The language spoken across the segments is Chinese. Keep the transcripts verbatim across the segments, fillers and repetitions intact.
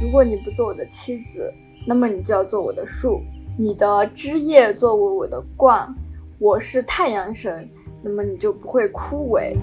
如果你不做我的妻子，那么你就要做我的树，你的枝叶作为我的冠，我是太阳神，那么你就不会枯萎。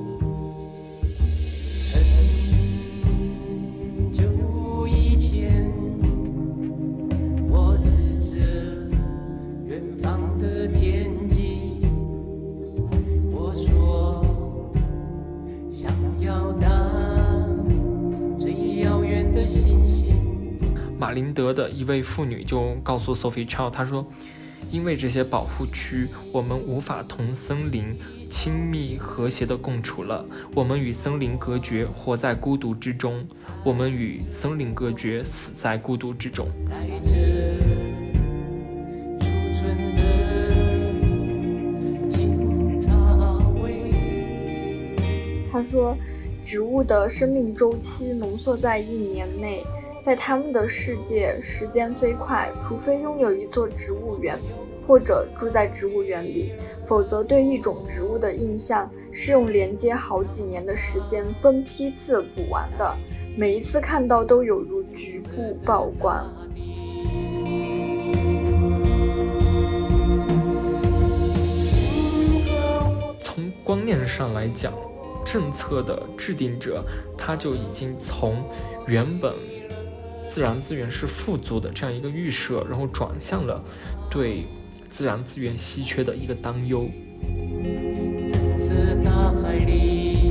很久以前，我指着远方的天际，我说想要当最遥远的星星。 马林德的一位妇女就告诉 Sophie Chow， 她说，因为这些保护区，我们无法同森林亲密和谐地共处了。我们与森林隔绝，活在孤独之中；我们与森林隔绝，死在孤独之中。 带着储存的青草味。 他说，植物的生命周期浓缩在一年内。在他们的世界，时间飞快，除非拥有一座植物园，或者住在植物园里，否则对一种植物的印象是用连接好几年的时间分批次补完的，每一次看到都有如局部曝光。 从观念上来讲，政策的制定者他就已经从原本自然资源是富足的这样一个预设，然后转向了对自然资源稀缺的一个担忧。 深色大海里，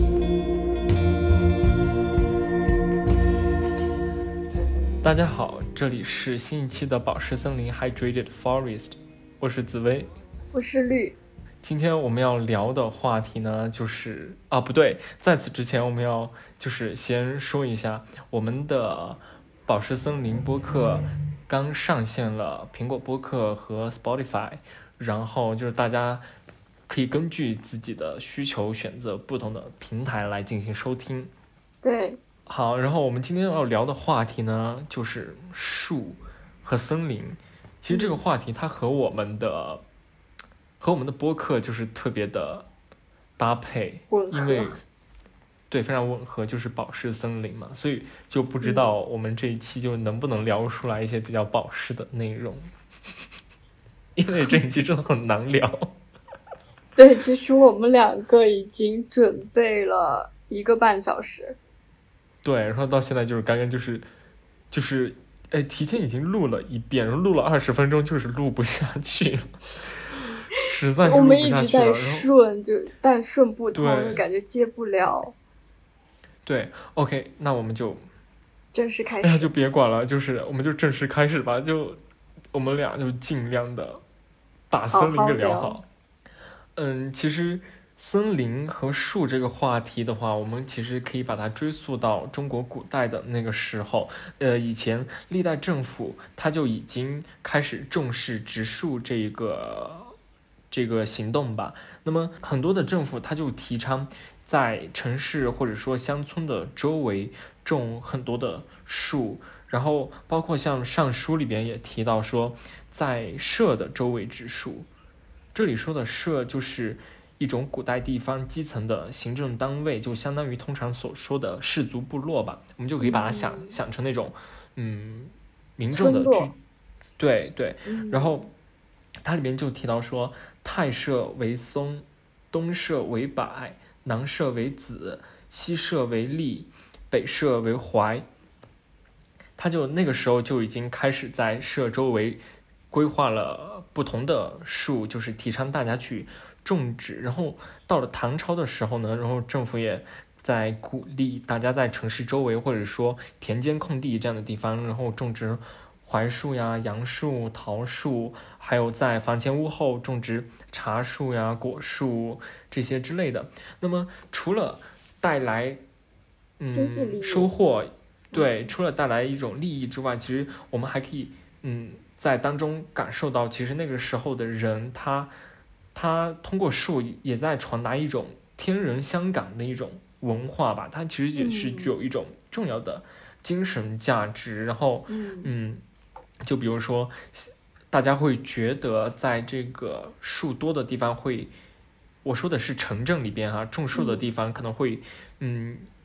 大家好，这里是新一期的宝石森林 Hydrated Forest， 我是紫薇， 我是绿。 今天我们要聊的话题呢，就是啊，不对，在此之前我们要就是先说一下我们的宝石森林播客刚上线了苹果播客和 Spotify， 然后就是大家可以根据自己的需求选择不同的平台来进行收听。 对， 好，然后我们今天要聊的话题呢，就是树和森林。其实这个话题它和我们的、嗯、和我们的播客就是特别的搭配，因为对，非常吻合，就是宝石森林嘛，所以就不知道我们这一期就能不能聊出来一些比较宝石的内容，因为这一期真的很难聊。 对，其实我们两个已经准备了一个半小时。 对，然后到现在就是刚刚就是就是哎，提前已经录了一遍，然后录了二十分钟，就是录不下去了。实在是录不下去了。 我们一直在顺，就但顺不通，感觉接不了。 对 ，OK， 那我们就正式开始。 哎呀，就别管了，就是我们就正式开始吧。就我们俩就尽量的把森林给聊好。好好嗯，其实森林和树这个话题的话，我们其实可以把它追溯到中国古代的那个时候。呃，以前历代政府他就已经开始重视植树这个这个行动吧。那么很多的政府他就提倡在城市或者说乡村的周围种很多的树，然后包括像尚书里边也提到说，在社的周围植树。这里说的社就是一种古代地方基层的行政单位，就相当于通常所说的氏族部落吧，我们就可以把它想、嗯、想成那种嗯民众的居，对对、嗯。然后它里面就提到说，太社为松，东社为柏，南社为梓，西社为栗，北社为槐。他就那个时候就已经开始在社周围规划了不同的树，就是提倡大家去种植。然后到了唐朝的时候呢，然后政府也在鼓励大家在城市周围或者说田间空地这样的地方，然后种植槐树呀、杨树、桃树，还有在房前屋后种植茶树呀、果树这些之类的。那么除了带来嗯收获，对，除了带来一种利益之外，其实我们还可以嗯在当中感受到，其实那个时候的人他他通过树也在传达一种天人相感的一种文化吧，它其实也是具有一种重要的精神价值。嗯、然后嗯就比如说大家会觉得在这个树多的地方会，我说的是城镇里边啊，种树的地方可能会嗯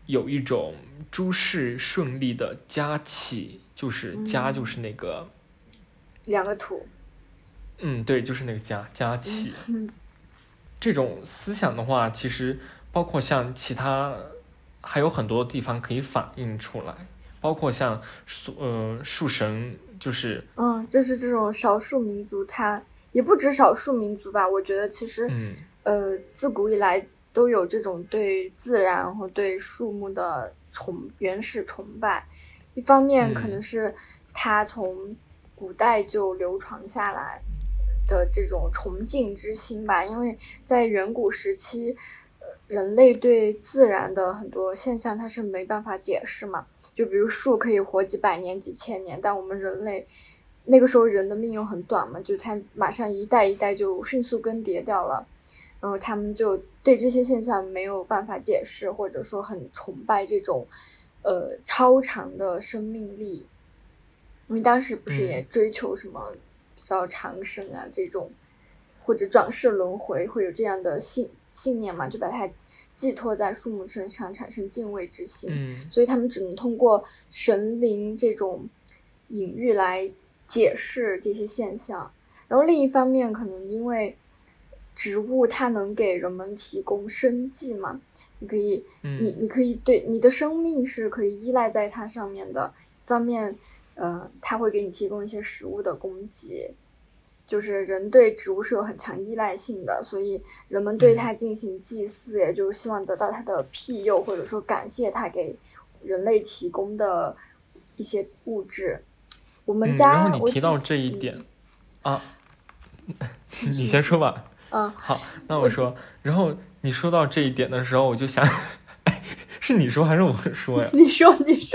有一种诸事顺利的家气，就是家就是那个、 嗯、两个土， 嗯，对，就是那个家家气、 嗯、 这种思想的话，其实包括像其他还有很多地方可以反映出来，包括像呃树神，就是嗯，就是这种少数民族，它也不止少数民族吧，我觉得其实、 嗯、 呃自古以来都有这种对自然和对树木的崇原始崇拜。一方面可能是它从古代就流传下来的这种崇敬之心吧，因为在远古时期人类对自然的很多现象它是没办法解释嘛，就比如树可以活几百年几千年，但我们人类那个时候人的命又很短嘛，就它马上一代一代就迅速更迭掉了，然后他们就对这些现象没有办法解释，或者说很崇拜这种呃超长的生命力，因为当时不是也追求什么比较长生啊、嗯、这种，或者转世轮回，会有这样的信信念嘛，就把它寄托在树木身上，产生敬畏之心、 嗯、 所以他们只能通过神灵这种隐喻来解释这些现象。然后另一方面可能因为植物它能给人们提供生计嘛，你可以、嗯、你你可以对你的生命是可以依赖在它上面的，一方面呃，它会给你提供一些食物的供给，就是人对植物是有很强依赖性的，所以人们对它进行祭祀、嗯、也就希望得到它的庇佑，或者说感谢它给人类提供的一些物质。我们家、 嗯、然后你提到这一点、嗯、啊你先说吧。 嗯， 好，那我说我然后你说到这一点的时候我就想哎，是你说还是我说呀？ 你说你说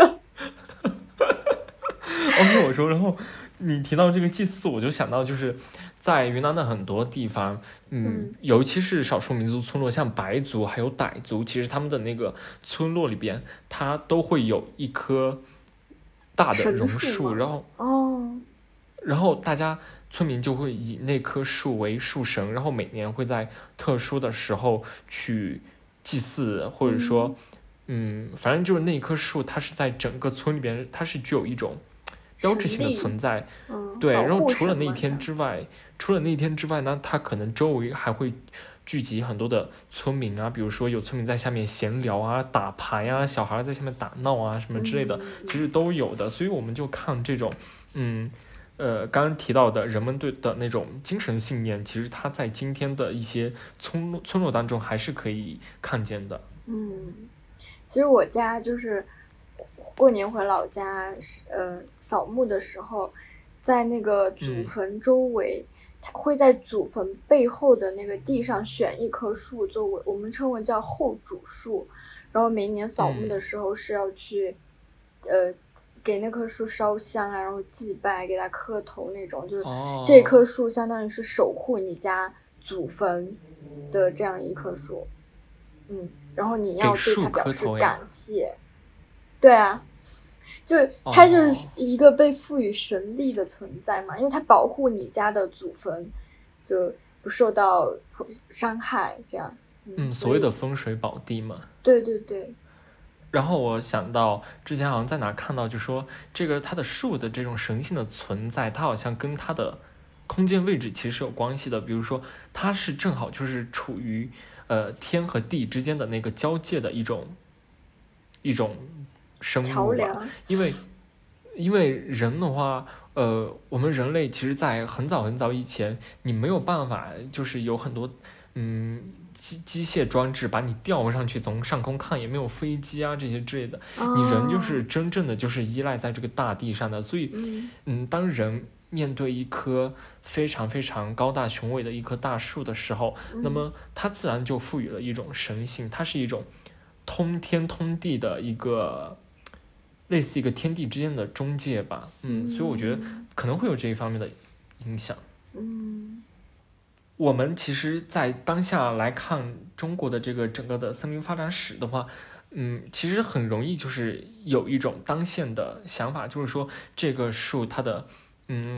哦，是我说。然后你提到这个祭祀，我就想到就是在云南的很多地方，嗯，嗯尤其是少数民族村落，像白族还有傣族，其实他们的那个村落里边，它都会有一棵大的榕树，然后哦， 然后大家村民就会以那棵树为树神，然后每年会在特殊的时候去祭祀，或者说，嗯，嗯反正就是那棵树，它是在整个村里边，它是具有一种标志性的存在， 嗯、 对。然后除了那一天之外，除了那一天之外呢，它可能周围还会聚集很多的村民啊，比如说有村民在下面闲聊啊、打牌啊，小孩在下面打闹啊什么之类的， 嗯、 其实都有的。所以我们就看这种，嗯。呃，刚刚提到的人们对的那种精神信念，其实它在今天的一些村落村落当中还是可以看见的。 嗯，其实我家就是过年回老家，呃，扫墓的时候，在那个祖坟周围，它、嗯、会在祖坟背后的那个地上选一棵树作为我们称为叫后主树，然后每年扫墓的时候是要去，嗯、呃。给那棵树烧香啊，然后祭拜，给它磕头那种，就是这棵树相当于是守护你家祖坟的这样一棵树，嗯，然后你要对它表示感谢，对啊，就它就是一个被赋予神力的存在嘛，因为它保护你家的祖坟就不受到伤害，这样， 嗯，嗯所谓的风水宝地嘛， 对对对。 然后我想到之前好像在哪看到，就说这个它的树的这种神性的存在，它好像跟它的空间位置其实是有关系的。比如说，它是正好就是处于呃天和地之间的那个交界的一种一种生物吧。因为因为人的话，呃，我们人类其实在很早很早以前，你没有办法，就是有很多嗯。机机械装置把你吊上去，从上空看也没有飞机啊这些之类的， 哦、 你人就是真正的就是依赖在这个大地上的，所以， 嗯, 嗯，当人面对一棵非常非常高大雄伟的一棵大树的时候， 嗯、 那么它自然就赋予了一种神性，它是一种通天通地的一个类似一个天地之间的中介吧，嗯， 嗯所以我觉得可能会有这一方面的影响， 嗯。 我们其实在当下来看中国的这个整个的森林发展史的话，嗯，其实很容易就是有一种当线的想法，就是说这个树它的嗯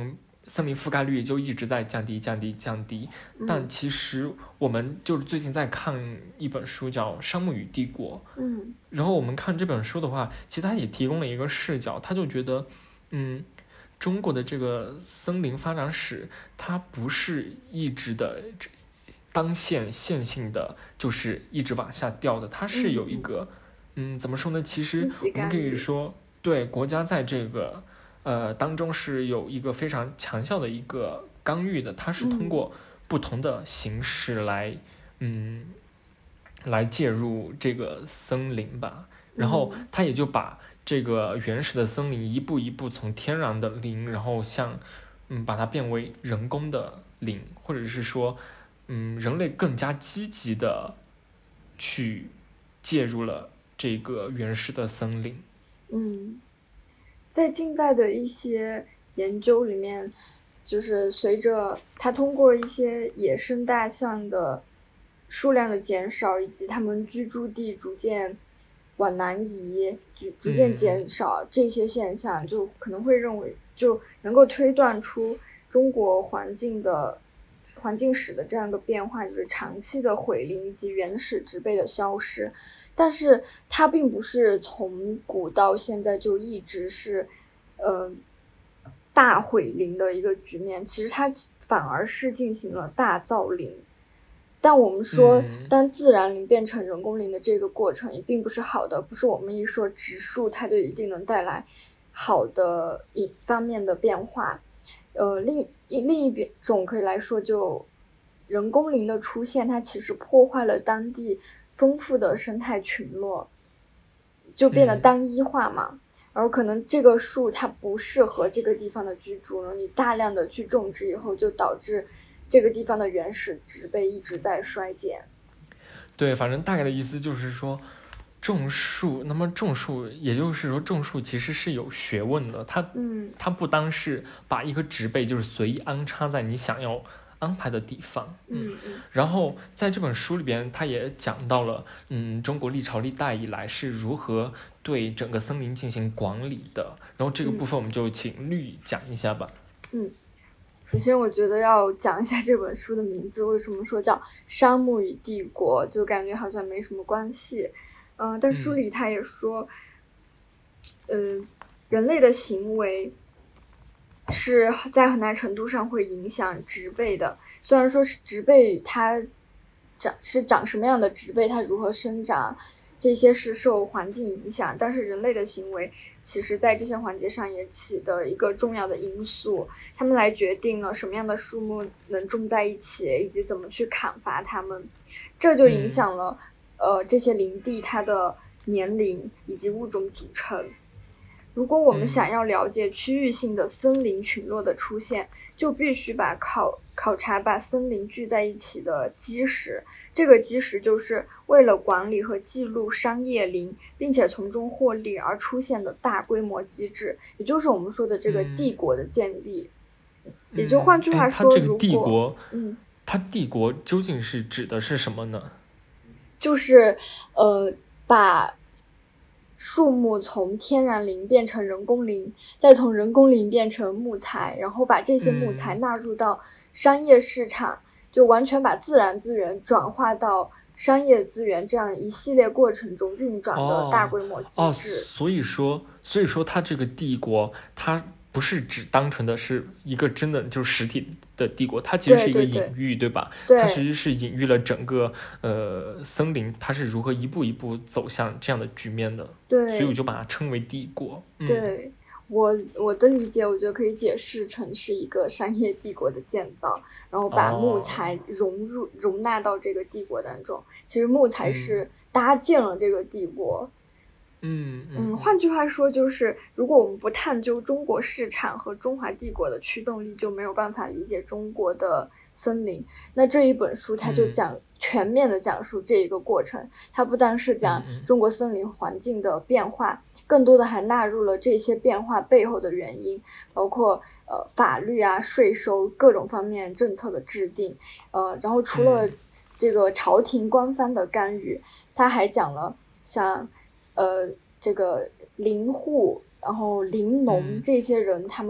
森林覆盖率就一直在降低降低降低。 嗯、 但其实我们就是最近在看一本书叫《沙漠与帝国》， 嗯， 然后我们看这本书的话，其实它也提供了一个视角，他就觉得嗯。中国的这个森林发展史，它不是一直的当线线性的，就是一直往下掉的，它是有一个，嗯，怎么说呢？其实我们可以说，对国家在这个呃当中是有一个非常强效的一个干预的，它是通过不同的形式来，嗯，来介入这个森林吧，然后它也就把这个原始的森林一步一步从天然的林，然后像嗯把它变为人工的林，或者是说嗯人类更加积极的去介入了这个原始的森林。 嗯，在近代的一些研究里面，就是随着它通过一些野生大象的数量的减少，以及它们居住地逐渐往南移，逐逐渐减少这些现象，就可能会认为就能够推断出中国环境的环境史的这样一个变化，就是长期的毁林以及原始植被的消失。但是它并不是从古到现在就一直是呃大毁林的一个局面，其实它反而是进行了大造林。但我们说当自然林变成人工林的这个过程也并不是好的，不是我们一说植树它就一定能带来好的一方面的变化。呃，另另一种可以来说，就人工林的出现，它其实破坏了当地丰富的生态群落，就变得单一化嘛。嗯、然后可能这个树它不适合这个地方的居住，然后你大量的去种植以后，就导致这个地方的原始植被一直在衰减。 对，反正大概的意思就是说，种树，那么种树，也就是说种树其实是有学问的，它， 嗯， 它不单是把一棵植被就是随意安插在你想要安排的地方， 嗯嗯。 然后在这本书里边，他也讲到了，嗯，中国历朝历代以来是如何对整个森林进行管理的，然后这个部分我们就请绿讲一下吧。 嗯。首先我觉得要讲一下这本书的名字，为什么说叫《沙漠与帝国》，就感觉好像没什么关系。嗯、呃，但书里他也说，嗯、呃，人类的行为是在很大程度上会影响植被的。虽然说是植被它长是长什么样的植被，它如何生长，这些是受环境影响，但是人类的行为其实在这些环节上也起的一个重要的因素，他们来决定了什么样的树木能种在一起，以及怎么去砍伐它们，这就影响了、嗯、呃这些林地它的年龄以及物种组成。如果我们想要了解区域性的森林群落的出现，就必须把考考察把森林聚在一起的基石，这个基石就是为了管理和记录商业林并且从中获利而出现的大规模机制，也就是我们说的这个帝国的建立、嗯、也就换句话说、 嗯、它这个帝国嗯， 它帝国究竟是指的是什么呢？ 就是呃把树木从天然林变成人工林，再从人工林变成木材，然后把这些木材纳入到商业市场、嗯、就完全把自然资源转化到商业资源这样一系列过程中运转的大规模机制。 哦哦、所以说所以说它这个帝国它不是指单纯的是一个真的就是实体的帝国，它其实是一个隐喻， 对, 对, 对, 对吧？ 对， 它其实是隐喻了整个呃森林它是如何一步一步走向这样的局面的。 对， 所以我就把它称为帝国。 嗯、对，我我的理解，我觉得可以解释成是一个商业帝国的建造，然后把木材融入、哦、容纳到这个帝国当中。其实木材是搭建了这个帝国。 嗯嗯，换句话说，就是如果我们不探究中国市场和中华帝国的驱动力，就没有办法理解中国的森林。那这一本书它就讲、嗯、全面的讲述这一个过程，它不单是讲中国森林环境的变化，更多的还纳入了这些变化背后的原因，包括呃法律啊、税收各种方面政策的制定，呃，然后除了这个朝廷官方的干预，它还讲了像呃这个林户，然后林农这些人、嗯、他们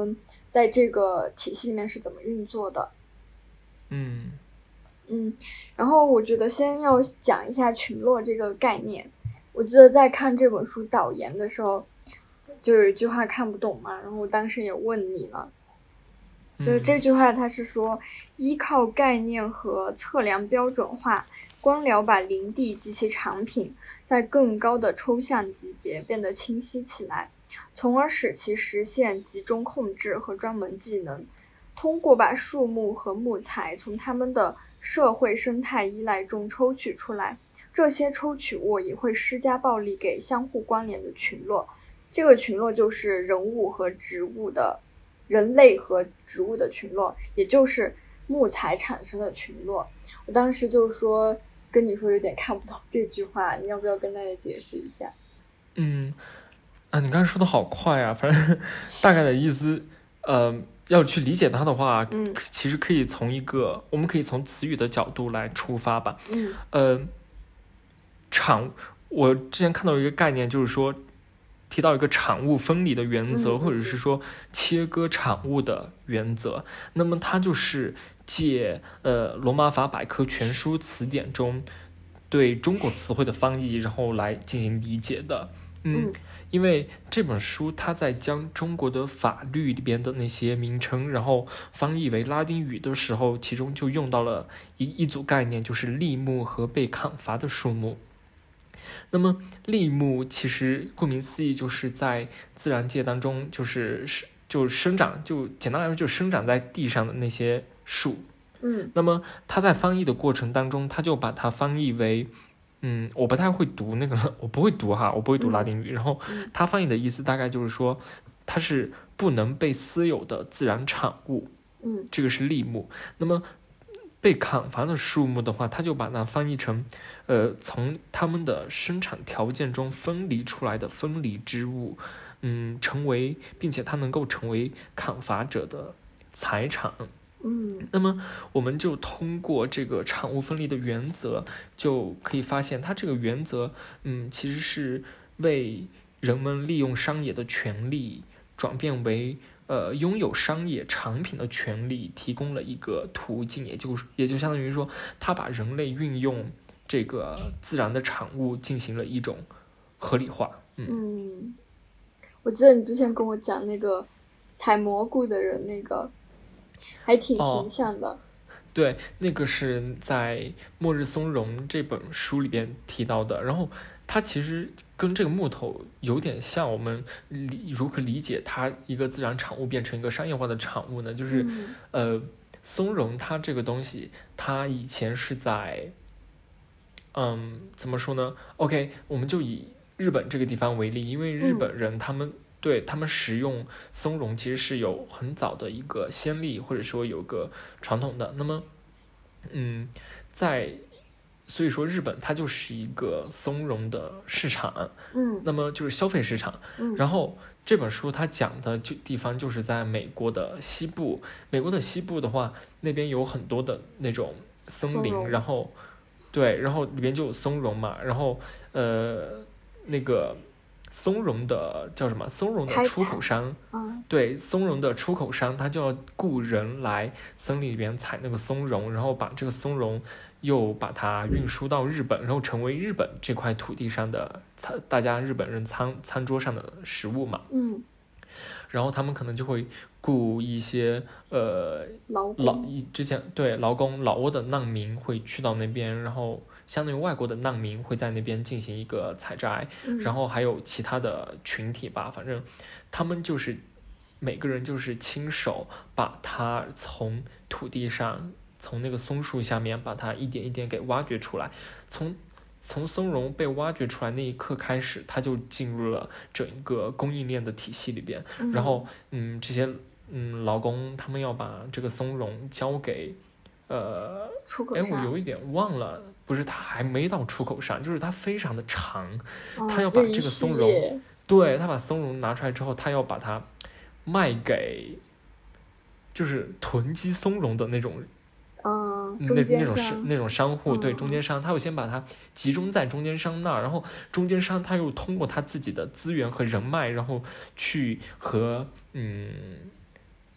在这个体系里面是怎么运作的。 嗯嗯，然后我觉得先要讲一下群落这个概念。我记得在看这本书导言的时候，就有一句话看不懂嘛，然后我当时也问你了，就是这句话它是说，依靠概念和测量标准化，官僚把林地及其产品在更高的抽象级别变得清晰起来，从而使其实现集中控制和专门技能。通过把树木和木材从它们的社会生态依赖中抽取出来，这些抽取物也会施加暴力给相互关联的群落。这个群落就是人物和植物的人类和植物的群落，也就是木材产生的群落。我当时就说跟你说有点看不懂这句话，你要不要跟大家解释一下？ 嗯啊，你刚才说的好快啊，反正大概的意思，呃，要去理解它的话， 嗯， 其实可以从一个，我们可以从词语的角度来出发吧。 嗯， 呃，产，我之前看到一个概念，就是说提到一个产物分离的原则， 嗯、 或者是说切割产物的原则。那么它就是借呃罗马法百科全书词典中对中国词汇的翻译，然后来进行理解的。嗯。 嗯因为这本书它在将中国的法律里边的那些名称，然后翻译为拉丁语的时候，其中就用到了一一组概念，就是立木和被砍伐的树木。那么立木其实顾名思义就是在自然界当中就是就生长，就简单来说就生长在地上的那些树。 嗯， 那么它在翻译的过程当中，它就把它翻译为嗯，我不太会读那个，我不会读哈，我不会读拉丁语。嗯、然后他翻译的意思大概就是说，它是不能被私有的自然产物。 嗯， 这个是立木。那么被砍伐的树木的话，他就把它翻译成，呃，从他们的生产条件中分离出来的分离之物，嗯，成为，并且它能够成为砍伐者的财产。 嗯， 那么我们就通过这个产物分离的原则，就可以发现它这个原则，嗯，其实是为人们利用商业的权利转变为呃拥有商业产品的权利提供了一个途径，也就也就相当于说，它把人类运用这个自然的产物进行了一种合理化。嗯， 嗯，我记得你之前跟我讲那个采蘑菇的人那个。还挺形象的、哦、 对，那个是在《末日松茸》这本书里边提到的，然后它其实跟这个木头有点像，我们理如何理解它一个自然产物变成一个商业化的产物呢？就是、 嗯、 呃，松茸它这个东西，它以前是在嗯怎么说呢 ？OK， 我们就以日本这个地方为例，因为日本人他们、嗯对他们食用松茸其实是有很早的一个先例，或者说有个传统的。那么，嗯，在所以说日本它就是一个松茸的市场， 嗯， 那么就是消费市场。 嗯， 然后这本书它讲的就地方就是在美国的西部，美国的西部的话，那边有很多的那种森林，然后对，然后里边就有松茸嘛，然后呃那个。松茸的叫什么？松茸的出口商， 嗯、 对，松茸的出口商，他就要雇人来森林里边采那个松茸，然后把这个松茸又把它运输到日本，然后成为日本这块土地上的餐，大家日本人餐餐桌上的食物嘛。 嗯。 然后他们可能就会雇一些呃劳老之前对劳工老挝的难民会去到那边，然后。相当于外国的难民会在那边进行一个采摘、 嗯、 然后还有其他的群体吧，反正他们就是每个人就是亲手把它从土地上从那个松树下面把它一点一点给挖掘出来，从从松茸被挖掘出来那一刻开始，它就进入了整个供应链的体系里边、 嗯、 然后嗯这些嗯劳工他们要把这个松茸交给呃哎我有一点忘了，不是，它还没到出口上，就是它非常的长， 哦、 它要把这个松茸，对，它把松茸拿出来之后，它要把它卖给，就是囤积松茸的那种， 嗯， 那那种是那种商户， 嗯、 对，中间商，他会先把它集中在中间商那儿，然后中间商他又通过他自己的资源和人脉，然后去和嗯。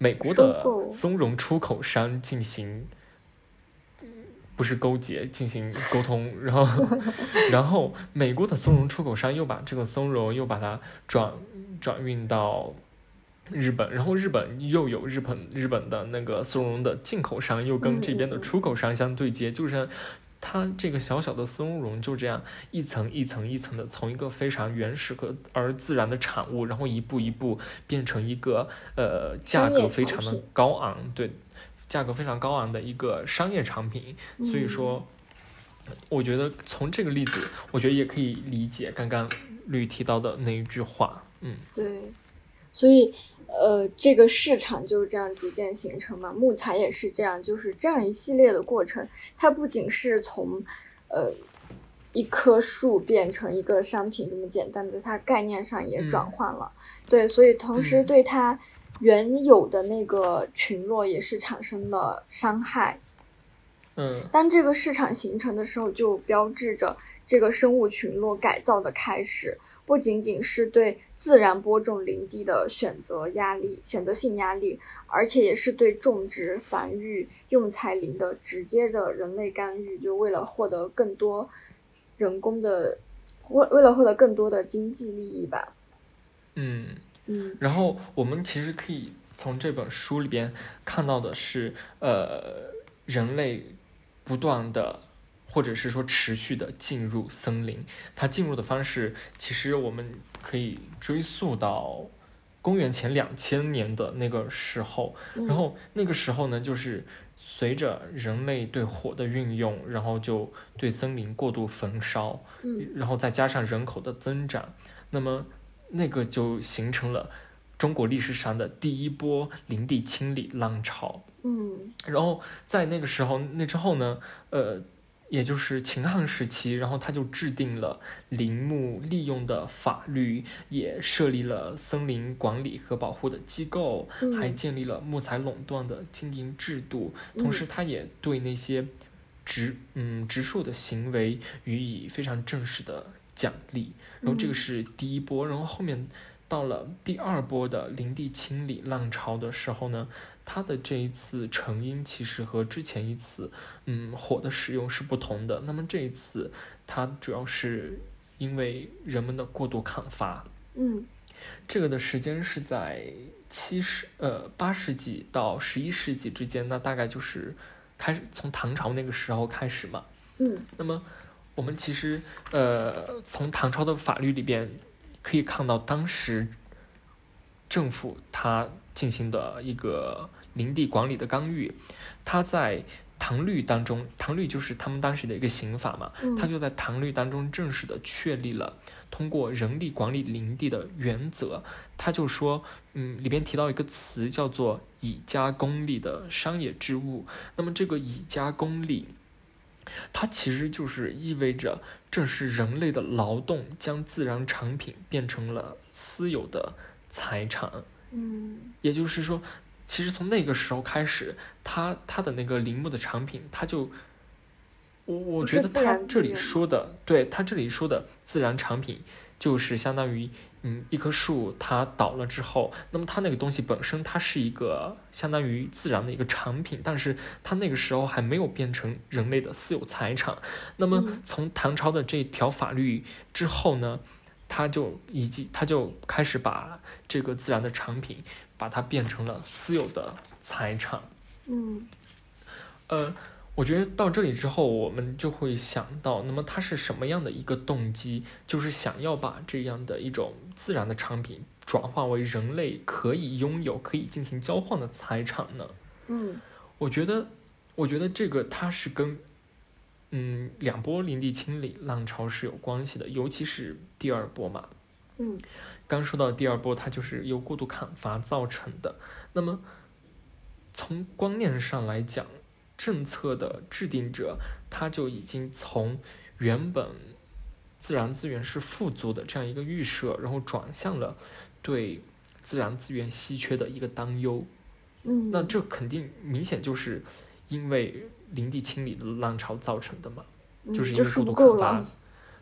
美国的松茸出口商进行。不是勾结，进行沟通，然后，然后美国的松茸出口商又把这个松茸又把它转转运到日本，然后日本又有日本日本的那个松茸的进口商又跟这边的出口商相对接，嗯、就是它这个小小的松茸就这样一层一层一层的从一个非常原始和而自然的产物，然后一步一步变成一个呃价格非常的高昂，对。价格非常高昂的一个商业产品，所以说，我觉得从这个例子，我觉得也可以理解刚刚绿提到的那一句话，嗯， 对，所以呃，这个市场就是这样逐渐形成嘛，木材也是这样，就是这样一系列的过程，它不仅是从呃一棵树变成一个商品这么简单的，它概念上也转换了，嗯、对，所以同时对它。原有的那个群落也是产生了伤害， 嗯， 当这个市场形成的时候，就标志着这个生物群落改造的开始，不仅仅是对自然播种林地的选择压力、选择性压力，而且也是对种植、繁育、用材林的直接的人类干预，就为了获得更多人工的，为为了获得更多的经济利益吧， 嗯。 嗯， 然后我们其实可以从这本书里边看到的是，呃，人类不断的或者是说持续的进入森林，它进入的方式其实我们可以追溯到公元前两千年的那个时候， 嗯、 然后那个时候呢，就是随着人类对火的运用，然后就对森林过度焚烧， 嗯， 然后再加上人口的增长，那么。那个就形成了中国历史上的第一波林地清理浪潮。 嗯， 然后在那个时候，那之后呢，呃，也就是秦汉时期，然后他就制定了林木利用的法律，也设立了森林管理和保护的机构， 嗯、 还建立了木材垄断的经营制度。同时，他也对那些植嗯植树的行为予以非常正式的奖励。然后这个是第一波，然后后面到了第二波的林地清理浪潮的时候呢，它的这一次成因其实和之前一次嗯火的使用是不同的。那么这一次它主要是因为人们的过度砍伐， 嗯， 这个的时间是在七十呃八世纪到十一世纪之间，那大概就是开始从唐朝那个时候开始嘛， 嗯， 那么。我们其实，呃，从唐朝的法律里边可以看到，当时政府它进行的一个林地管理的干预，它在唐律当中，唐律就是他们当时的一个刑法嘛，它就在唐律当中正式的确立了通过人力管理林地的原则。他就说，嗯，里边提到一个词叫做以加功利的商业之物。那么这个以加功利。它其实就是意味着，正是人类的劳动将自然产品变成了私有的财产。 嗯， 也就是说，其实从那个时候开始，它它的那个林木的产品，它就，我我觉得它这里说的，对它这里说的自然产品，就是相当于。嗯，一棵树它倒了之后，那么它那个东西本身它是一个相当于自然的一个产品，但是它那个时候还没有变成人类的私有财产。那么从唐朝的这条法律之后呢，它就以及它就开始把这个自然的产品把它变成了私有的财产。 嗯， 呃。我觉得到这里之后，我们就会想到，那么它是什么样的一个动机？就是想要把这样的一种自然的产品转化为人类可以拥有、可以进行交换的财产呢？ 嗯， 我觉得，我觉得这个它是跟，嗯，两波林地清理浪潮是有关系的，尤其是第二波嘛。 嗯， 刚说到第二波，它就是由过度砍伐造成的。那么，从观念上来讲，政策的制定者，他就已经从原本自然资源是富足的这样一个预设，然后转向了对自然资源稀缺的一个担忧。 嗯， 那这肯定明显就是因为林地清理的浪潮造成的嘛， 嗯、 就是因为过度砍伐。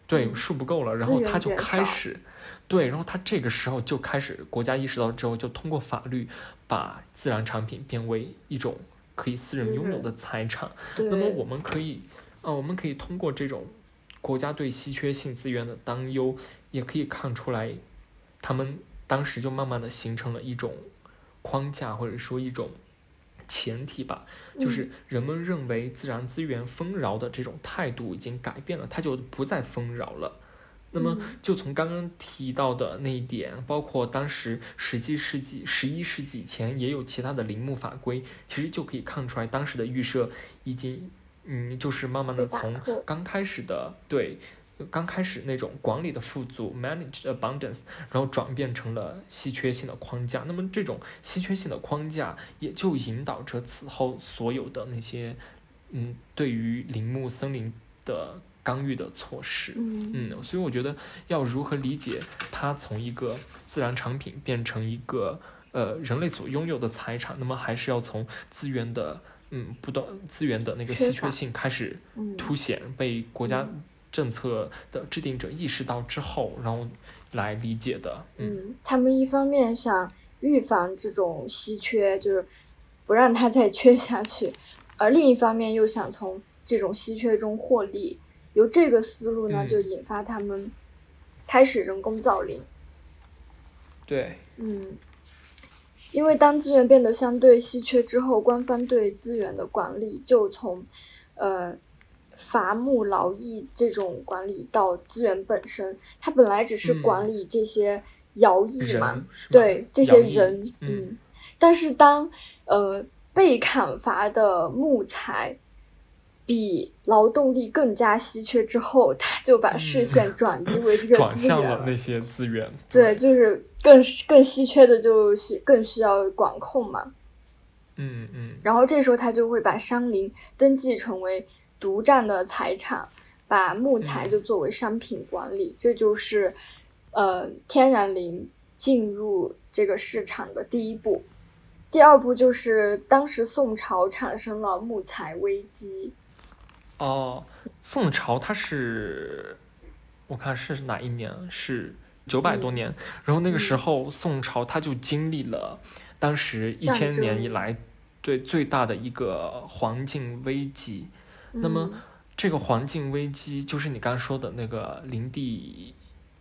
对， 嗯树不够了，然后他就资源减少开始，对，然后他这个时候就开始，国家意识到之后，就通过法律把自然产品变为一种可以私人私人拥有的财产。 对， 那么我们可以，呃，我们可以通过这种国家对稀缺性资源的担忧，也可以看出来，他们当时就慢慢的形成了一种框架，或者说一种前提吧，就是人们认为自然资源丰饶的这种态度已经改变了，它就不再丰饶了。那么，就从刚刚提到的那一点，包括当时十七世纪、十一世纪前也有其他的林木法规，其实就可以看出来，当时的预设已经，嗯，就是慢慢的从刚开始的对。刚开始那种管理的富足 managed abundance， 然后转变成了稀缺性的框架。那么这种稀缺性的框架也就引导着此后所有的那些嗯对于林木森林的干预的措施。 嗯嗯，所以我觉得要如何理解它从一个自然产品变成一个呃人类所拥有的财产，那么还是要从资源的嗯不断资源的那个稀缺性开始凸显，被国家政策的制定者意识到之后，然后来理解的。 嗯，嗯他们一方面想预防这种稀缺，就是不让它再缺下去，而另一方面又想从这种稀缺中获利。由这个思路呢， 嗯、 就引发他们开始人工造林。 对， 嗯，因为当资源变得相对稀缺之后，官方对资源的管理就从呃。伐木劳役这种管理到资源本身，它本来只是管理这些徭役嘛， 嗯、 对这些人， 嗯， 嗯，但是当呃被砍伐的木材比劳动力更加稀缺之后，他就把视线转移为这个资源、嗯、 转向了那些资源， 对，对就是更更稀缺的就是更需要管控嘛， 嗯嗯， 然后这时候他就会把山林登记成为独占的财产，把木材就作为商品管理，嗯、这就是呃天然林进入这个市场的第一步。第二步就是当时宋朝产生了木材危机。 哦，宋朝它是我看是哪一年？是九百多年、嗯。然后那个时候宋朝它就经历了当时一千年以来对最大的一个环境危机。那么这个环境危机就是你刚刚说的那个林地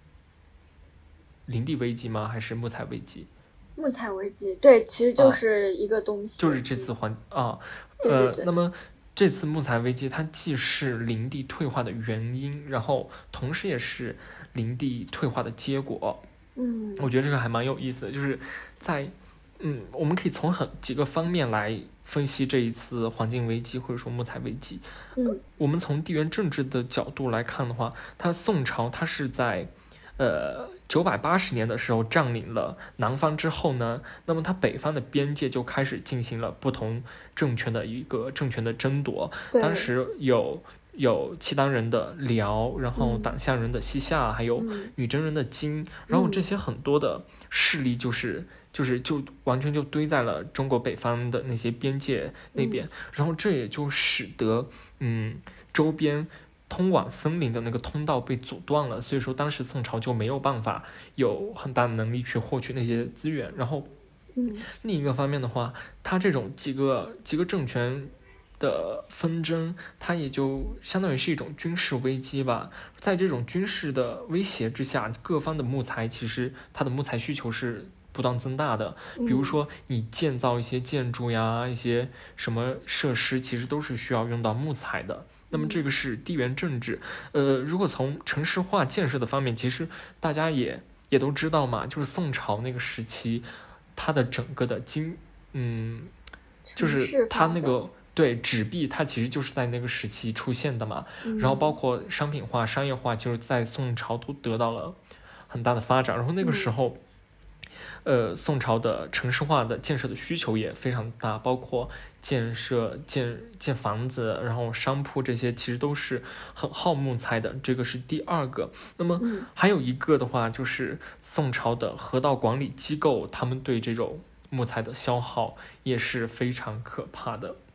林地危机吗？还是木材危机？ 木材危机，对，其实就是一个东西。 啊、就是这次环啊， 对对对呃，那么这次木材危机它既是林地退化的原因，然后同时也是林地退化的结果。 嗯， 我觉得这个还蛮有意思的，就是在嗯，我们可以从很几个方面来分析这一次环境危机或者说木材危机。 嗯， 我们从地缘政治的角度来看的话，它宋朝它是在呃九百八十年的时候占领了南方之后呢，那么它北方的边界就开始进行了不同政权的一个政权的争夺。当时有有契丹人的辽，然后党项人的西夏，嗯、还有女真人的金，嗯、然后这些很多的势力就是就是就完全就堆在了中国北方的那些边界那边，嗯、然后这也就使得嗯周边通往森林的那个通道被阻断了，所以说当时宋朝就没有办法有很大的能力去获取那些资源。然后， 嗯， 另一个方面的话，它这种几个几个政权的纷争，它也就相当于是一种军事危机吧。在这种军事的威胁之下，各方的木材其实它的木材需求是不断增大的。比如说你建造一些建筑呀，一些什么设施，其实都是需要用到木材的。那么这个是地缘政治，呃，如果从城市化建设的方面，其实大家也也都知道嘛，就是宋朝那个时期，它的整个的经，嗯，就是它那个对纸币，它其实就是在那个时期出现的嘛， 嗯、 然后包括商品化、商业化，就是在宋朝都得到了很大的发展，然后那个时候。嗯呃，宋朝的城市化的建设的需求也非常大，包括建设建建房子，然后商铺这些，其实都是很耗木材的。这个是第二个。那么还有一个的话，就是宋朝的河道管理机构，他们对这种木材的消耗也是非常可怕的。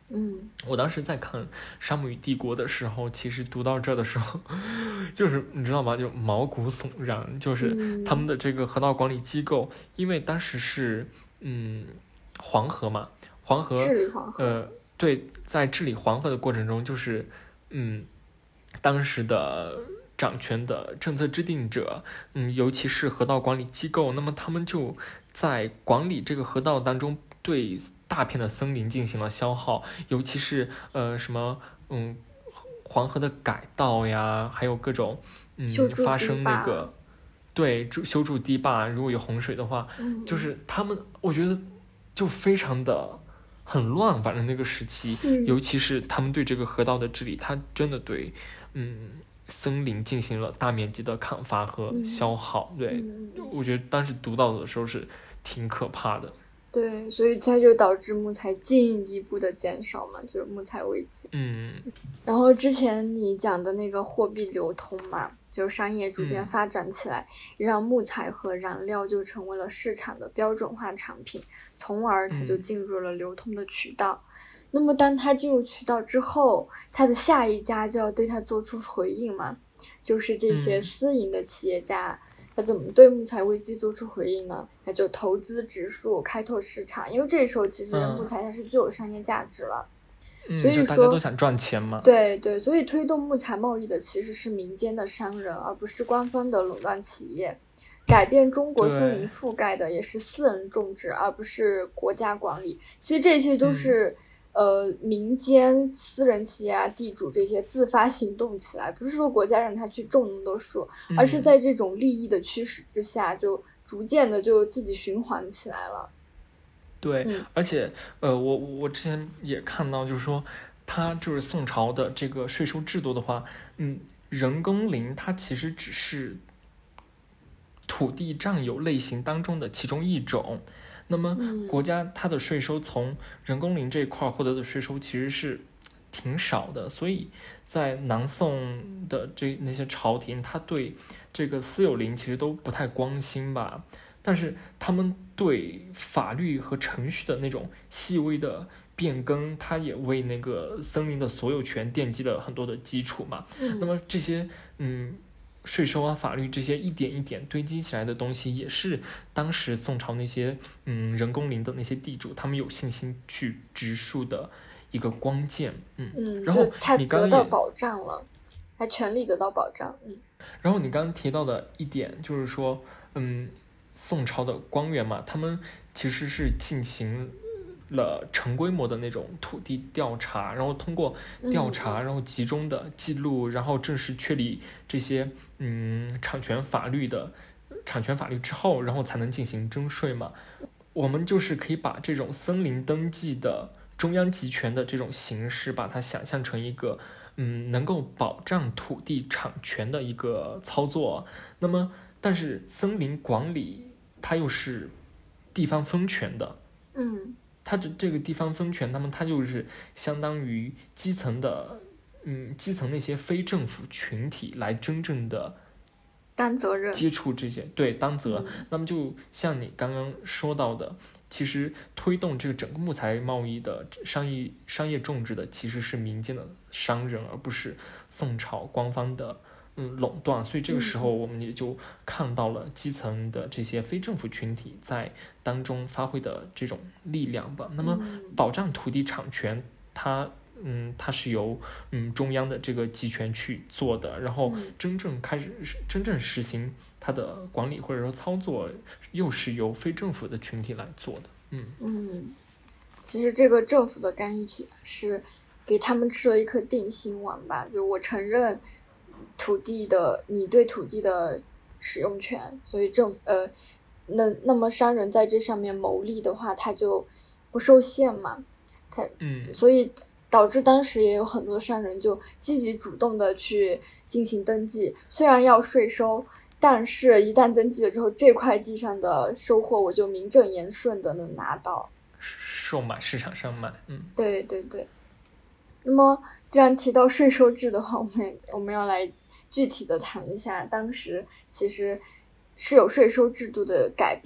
嗯， 我当时在看《沙漠与帝国》的时候，其实读到这的时候，就是你知道吗？就毛骨悚然，就是他们的这个河道管理机构，嗯、因为当时是嗯黄河嘛，黄河治理黄河， 呃，对，在治理黄河的过程中，就是嗯当时的掌权的政策制定者，嗯，尤其是河道管理机构，那么他们就在管理这个河道当中，对大片的森林进行了消耗，尤其是呃什么嗯黄河的改道呀，还有各种嗯发生那个对修筑堤坝，如果有洪水的话， 嗯、 就是他们我觉得就非常的很乱，反正那个时期，尤其是他们对这个河道的治理，他真的对嗯森林进行了大面积的砍伐和消耗， 嗯、 对、 嗯， 我觉得当时读到的时候是挺可怕的。 对，所以它就导致木材进一步的减少嘛，就是木材危机。 嗯， 然后之前你讲的那个货币流通嘛，就商业逐渐发展起来，嗯、让木材和燃料就成为了市场的标准化产品，从而它就进入了流通的渠道。嗯、那么当它进入渠道之后，它的下一家就要对它做出回应嘛，就是这些私营的企业家。嗯他怎么对木材危机做出回应呢？那就投资植树，开拓市场，因为这时候其实木材它是具有商业价值了， 嗯、 所以说大家都想赚钱嘛。 对对，所以推动木材贸易的其实是民间的商人，而不是官方的垄断企业。改变中国森林覆盖的也是私人种植，而不是国家管理。其实这些都是、嗯。呃，民间私人企业啊、地主这些自发行动起来，不是说国家让他去种那么多树， 嗯、 而是在这种利益的驱使之下，就逐渐的就自己循环起来了。 对， 嗯、 而且呃，我我之前也看到，就是说，它就是宋朝的这个税收制度的话，嗯，人工林它其实只是土地占有类型当中的其中一种。那么国家它的税收从人工林这一块获得的税收其实是挺少的，所以在南宋的这那些朝廷，他对这个私有林其实都不太关心吧，但是他们对法律和程序的那种细微的变更，它也为那个森林的所有权奠基了很多的基础嘛。 嗯、 那么这些嗯。税收啊，法律这些一点一点堆积起来的东西，也是当时宋朝那些嗯人工林的那些地主，他们有信心去植树的一个关键。嗯嗯， 然后你刚刚他得到保障了，他权利得到保障。嗯， 然后你刚刚提到的一点就是说，嗯，宋朝的官员嘛，他们其实是进行了成规模的那种土地调查，然后通过调查， 嗯、 然后集中的记录，然后正式确立这些嗯产权法律的产权法律之后，然后才能进行征税嘛。我们就是可以把这种森林登记的中央集权的这种形式，把它想象成一个嗯能够保障土地产权的一个操作。那么，但是森林管理它又是地方分权的， 嗯。 它这这个地方分权，那么它就是相当于基层的，嗯，基层那些非政府群体来真正的担责任， 接触这些，对，担责。 嗯、 那么就像你刚刚说到的，其实推动这个整个木材贸易的商业商业种植的，其实是民间的商人，而不是宋朝官方的。嗯，垄断，所以这个时候我们也就看到了基层的这些非政府群体在当中发挥的这种力量吧。那么，保障土地产权，它嗯，它是由嗯中央的这个集权去做的，然后真正开始真正实行它的管理或者说操作，又是由非政府的群体来做的。嗯嗯，其实这个政府的干预起是给他们吃了一颗定心丸吧，就我承认。土地的你对土地的使用权，所以政呃，那那么商人在这上面牟利的话，他就不受限嘛，他嗯， 所以导致当时也有很多商人就积极主动的去进行登记，虽然要税收，但是一旦登记了之后，这块地上的收获我就名正言顺的能拿到， 售买市场上卖，嗯， 对对对。那么既然提到税收制的话，我们我们要来具体的谈一下当时其实是有税收制度的改变，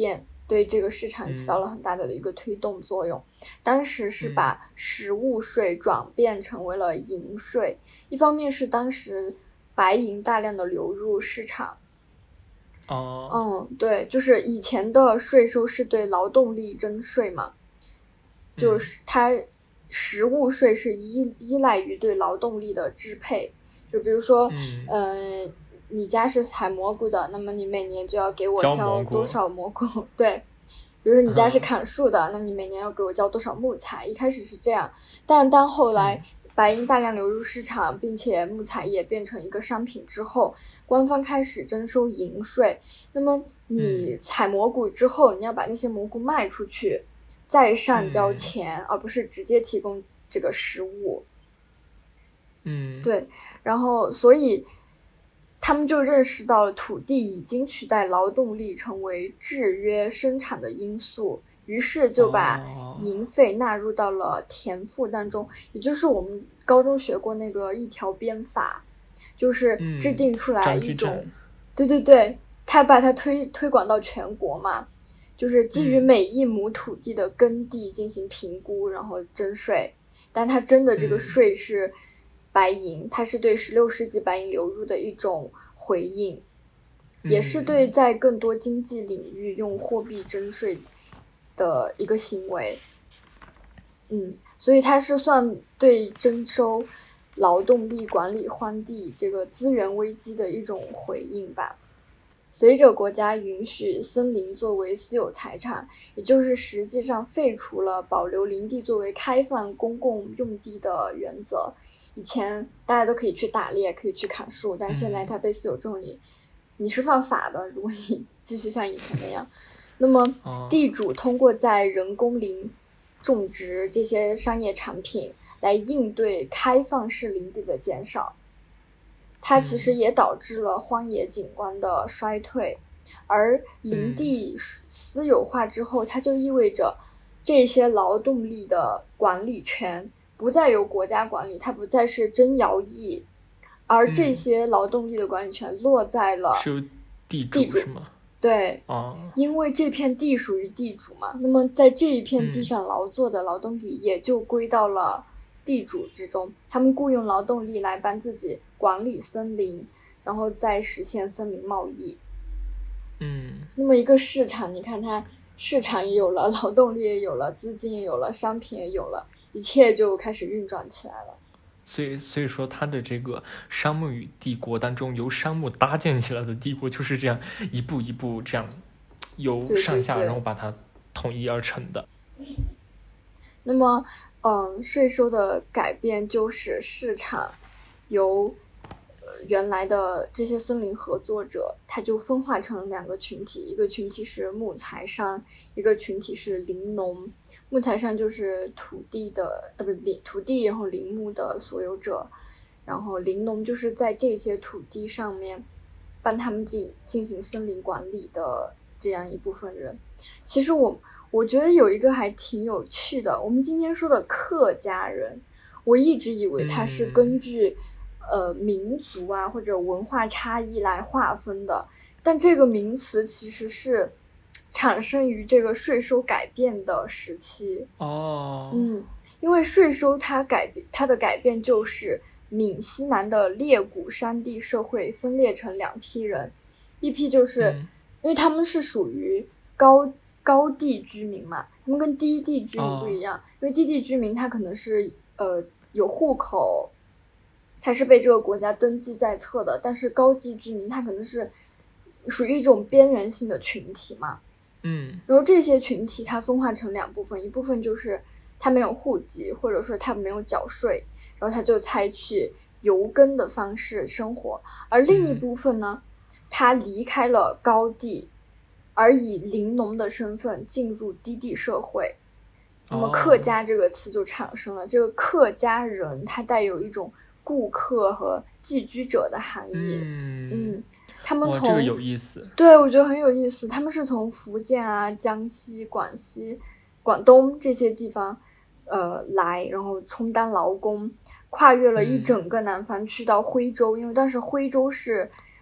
对这个市场起到了很大的一个推动作用。嗯、当时是把实物税转变成为了银税，嗯、一方面是当时白银大量的流入市场。 哦， 嗯，对，就是以前的税收是对劳动力征税嘛，就是它实物税是依依赖于对劳动力的支配，就比如说，嗯、呃，你家是采蘑菇的，那么你每年就要给我交多少蘑菇？对，比如说你家是砍树的，嗯、那你每年要给我交多少木材？一开始是这样，但当后来白银大量流入市场，并且木材也变成一个商品之后，官方开始征收银税。那么你采蘑菇之后，你要把那些蘑菇卖出去，再上交钱，嗯、而不是直接提供这个实物。 嗯， 对，然后所以他们就认识到了土地已经取代劳动力成为制约生产的因素，于是就把银费纳入到了田赋当中，哦、也就是我们高中学过那个一条鞭法，就是制定出来一种，嗯、对对对，他把它推推广到全国嘛，就是基于每一亩土地的耕地进行评估，嗯、然后征税，但它征的这个税是白银，它是对十六世纪白银流入的一种回应，嗯、也是对在更多经济领域用货币征税的一个行为。嗯，所以它是算对征收劳动力管理荒地这个资源危机的一种回应吧。随着国家允许森林作为私有财产，也就是实际上废除了保留林地作为开放公共用地的原则。以前大家都可以去打猎，可以去砍树，但现在它被私有种植，你是犯法的，如果你继续像以前那样。那么地主通过在人工林种植这些商业产品来应对开放式林地的减少，它其实也导致了荒野景观的衰退。而林地私有化之后，它就意味着这些劳动力的管理权不再由国家管理，它不再是征徭役，而这些劳动力的管理权落在了是由地主是吗？ 对， 哦， 因为这片地属于地主嘛，那么在这一片地上劳作的劳动力也就归到了地主之中，他们雇佣劳动力来帮自己管理森林，然后再实现森林贸易。 嗯， 那么一个市场，你看它市场也有了，劳动力也有了，资金也有了，商品也有了，一切就开始运转起来了。 所以，所以说，它的这个商牧与帝国当中，由商牧搭建起来的帝国，就是这样一步一步这样由上下， 对对对然后把它统一而成的。 那么，嗯，税收的改变就使市场由呃原来的这些森林合作者，它就分化成两个群体，一个群体是木材商，一个群体是林农。木材商就是土地的呃不是土地然后林木的所有者，然后林农就是在这些土地上面帮他们进进行森林管理的这样一部分人。其实我我觉得有一个还挺有趣的，我们今天说的客家人，我一直以为它是根据、嗯、呃民族啊或者文化差异来划分的，但这个名词其实是产生于这个税收改变的时期。 哦， 嗯，因为税收它改变它的改变就是闽西南的列谷山地社会分裂成两批人，一批就是、嗯、因为他们是属于高高地居民嘛，他们跟低地居民不一样，哦、因为低地居民他可能是呃有户口，他是被这个国家登记在册的，但是高地居民他可能是属于一种边缘性的群体嘛。 嗯， 然后这些群体它分化成两部分，一部分就是他没有户籍，或者说他没有缴税，然后他就采取游耕的方式生活，而另一部分呢，他离开了高地，而以林农的身份进入低地社会，那么客家这个词就产生了。这个客家人他带有一种顾客和寄居者的含义。 嗯嗯，他们从这个有意思， 对，我觉得很有意思。他们是从福建啊、江西、广西、广东这些地方呃来，然后充当劳工，跨越了一整个南方去到徽州，嗯、因为当时徽州是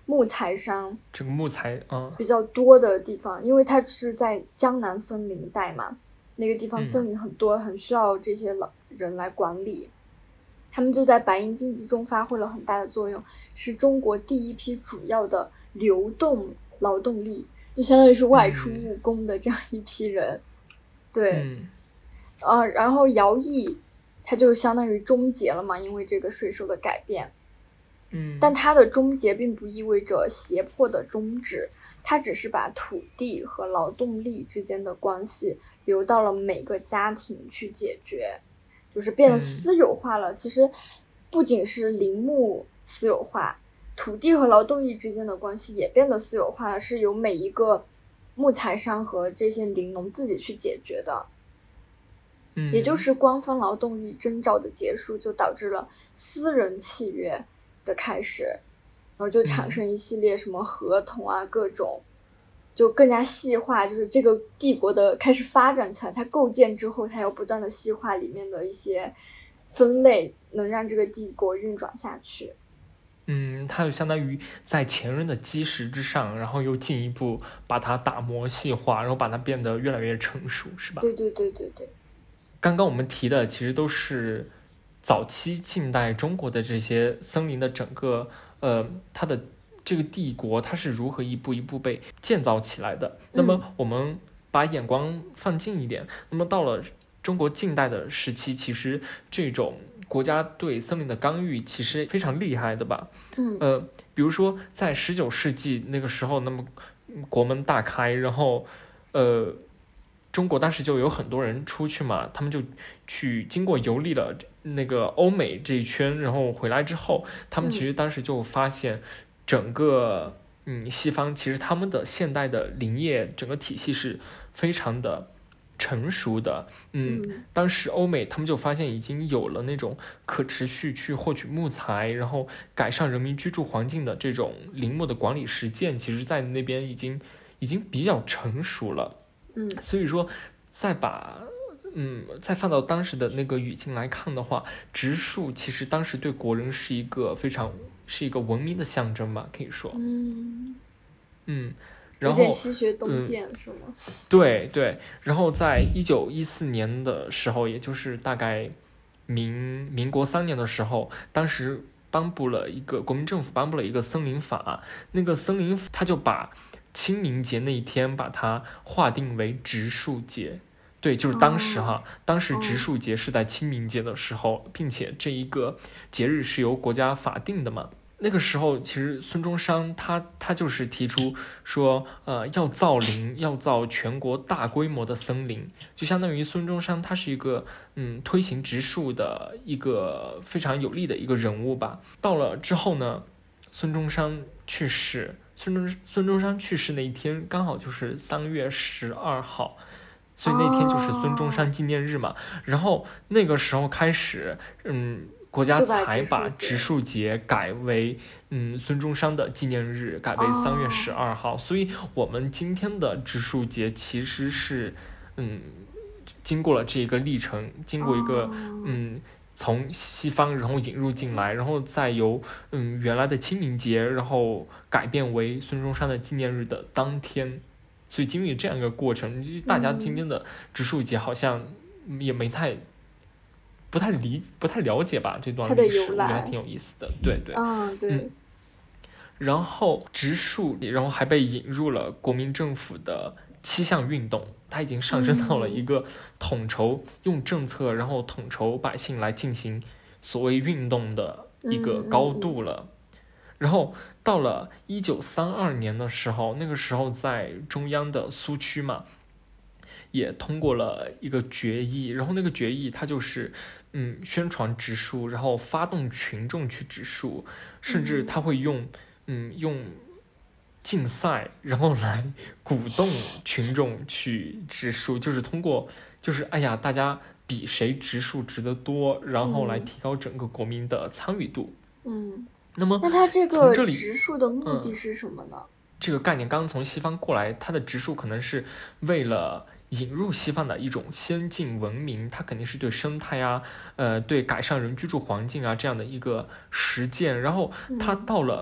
木材商这个木材啊比较多的地方，因为它是在江南森林带嘛，那个地方森林很多，嗯、很需要这些老人来管理。他们就在白银经济中发挥了很大的作用，是中国第一批主要的流动劳动力，就相当于是外出务工的这样一批人。嗯、对， 嗯， 呃，然后徭役它就相当于终结了嘛，因为这个税收的改变。 嗯， 但它的终结并不意味着胁迫的终止，它只是把土地和劳动力之间的关系留到了每个家庭去解决，就是变得私有化了。嗯、其实不仅是林木私有化，土地和劳动力之间的关系也变得私有化了，是由每一个木材商和这些林农自己去解决的。 嗯， 也就是官方劳动力征召的结束，就导致了私人契约的开始，然后就产生一系列什么合同啊，嗯、各种就更加细化，就是这个帝国的开始发展起来，它构建之后，它要不断的细化里面的一些分类，能让这个帝国运转下去。 嗯，它就相当于在前人的基石之上，然后又进一步把它打磨细化，然后把它变得越来越成熟，是吧？ 对对对对对。 刚刚我们提的其实都是早期近代中国的这些森林的整个呃它的这个帝国它是如何一步一步被建造起来的。那么我们把眼光放近一点，嗯、那么到了中国近代的时期，其实这种国家对森林的干预其实非常厉害的吧。 嗯呃比如说在十九世纪那个时候，那么国门大开，然后呃中国当时就有很多人出去嘛，他们就去经过游历了那个欧美这一圈，然后回来之后，他们其实当时就发现整个嗯西方其实他们的现代的林业整个体系是非常的成熟的。嗯， 嗯当时欧美他们就发现已经有了那种可持续去获取木材，然后改善人民居住环境的这种林木的管理实践，其实在那边已经已经比较成熟了。 嗯， 所以说再把嗯再放到当时的那个语境来看的话，植树其实当时对国人是一个非常是一个文明的象征吧，可以说。 嗯嗯，然后有点西学东渐、嗯、是吗？ 对对，然后在一九一四年的时候，也就是大概民民国三年的时候，当时颁布了一个国民政府颁布了一个森林法，那个森林法它就把清明节那一天把它划定为植树节。对，就是当时哈、哦、当时植树节是在清明节的时候、哦、并且这一个节日是由国家法定的嘛。那个时候其实孙中山他他就是提出说呃要造林，要造全国大规模的森林，就相当于孙中山他是一个嗯推行植树的一个非常有力的一个人物吧。到了之后呢，孙中山去世，孙中孙中山去世那一天刚好就是三月十二号，所以那天就是孙中山纪念日嘛。哦、然后那个时候开始，嗯。国家才把植树节改为嗯孙中山的纪念日，改为三月十二号、哦。所以我们今天的植树节其实是嗯经过了这一个历程，经过一个、哦、嗯从西方然后引入进来，然后再由嗯原来的清明节然后改变为孙中山的纪念日的当天。所以经历这样一个过程，大家今天的植树节好像也没太。不太理不太了解吧，这段历史我觉得还挺有意思的。对对， 嗯对、嗯。 然后植树，然后还被引入了国民政府的七项运动，它已经上升到了一个统筹、嗯、用政策，然后统筹百姓来进行所谓运动的一个高度了。嗯、然后到了一九三二年的时候，那个时候在中央的苏区嘛。也通过了一个决议，然后那个决议它就是嗯宣传植树，然后发动群众去植树，甚至他会用嗯用竞赛然后来鼓动群众去植树，就是通过就是哎呀大家比谁植树植得多，然后来提高整个国民的参与度。 嗯， 那么那它这个植树的目的是什么呢？嗯、 这个概念刚从西方过来，它的植树可能是为了引入西方的一种先进文明，它肯定是对生态啊，呃，对改善人居住环境啊这样的一个实践。然后它到了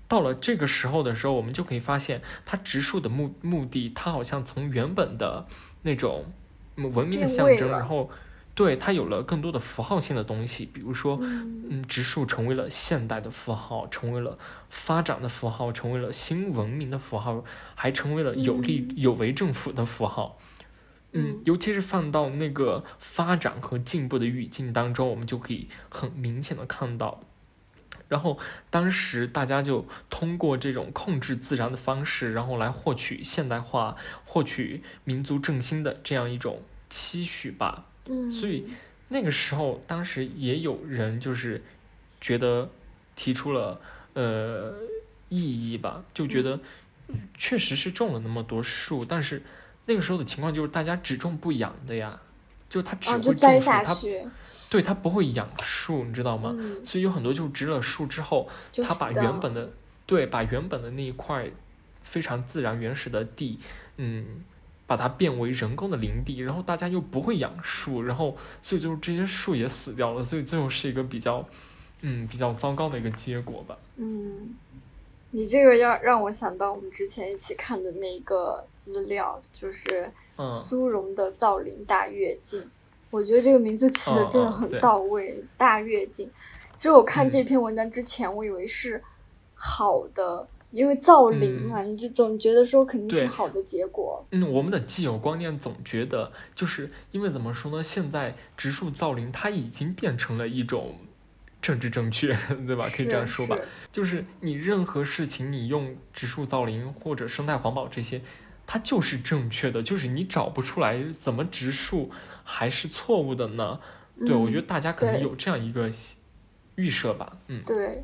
到了这个时候的时候，我们就可以发现，它植树的目目的，它好像从原本的那种文明的象征，然后对它有了更多的符号性的东西，比如说，嗯, 嗯，植树成为了现代的符号，成为了发展的符号，成为了新文明的符号，还成为了有利、嗯、有为政府的符号。嗯，尤其是放到那个发展和进步的语境当中，我们就可以很明显的看到。然后当时大家就通过这种控制自然的方式，然后来获取现代化、获取民族振兴的这样一种期许吧。 嗯， 所以那个时候，当时也有人就是觉得提出了呃异议吧，就觉得确实是种了那么多树，但是那个时候的情况就是大家只种不养的呀。就它只会种树， 哦、它对它不会养树，你知道吗？ 嗯、 所以有很多就植了树之后，它把原本的对把原本的那一块非常自然原始的地，嗯，把它变为人工的林地，然后大家又不会养树，然后所以就这些树也死掉了，所以最后是一个比较嗯比较糟糕的一个结果吧。 嗯，你这个要让我想到我们之前一起看的那个资料，就是苏荣的造林大跃进、嗯、我觉得这个名字起的真的很到位、嗯嗯、大跃进。其实我看这篇文章之前、嗯、我以为是好的，因为造林嘛、嗯、你就总觉得说肯定是好的结果。 嗯，我们的既有观念总觉得就是因为怎么说呢，现在植树造林它已经变成了一种政治正确，对吧？可以这样说吧， 是是就是你任何事情你用植树造林或者生态环保这些，它就是正确的，就是你找不出来怎么植树还是错误的呢？ 嗯、 对，我觉得大家可能有这样一个预设吧。嗯， 对。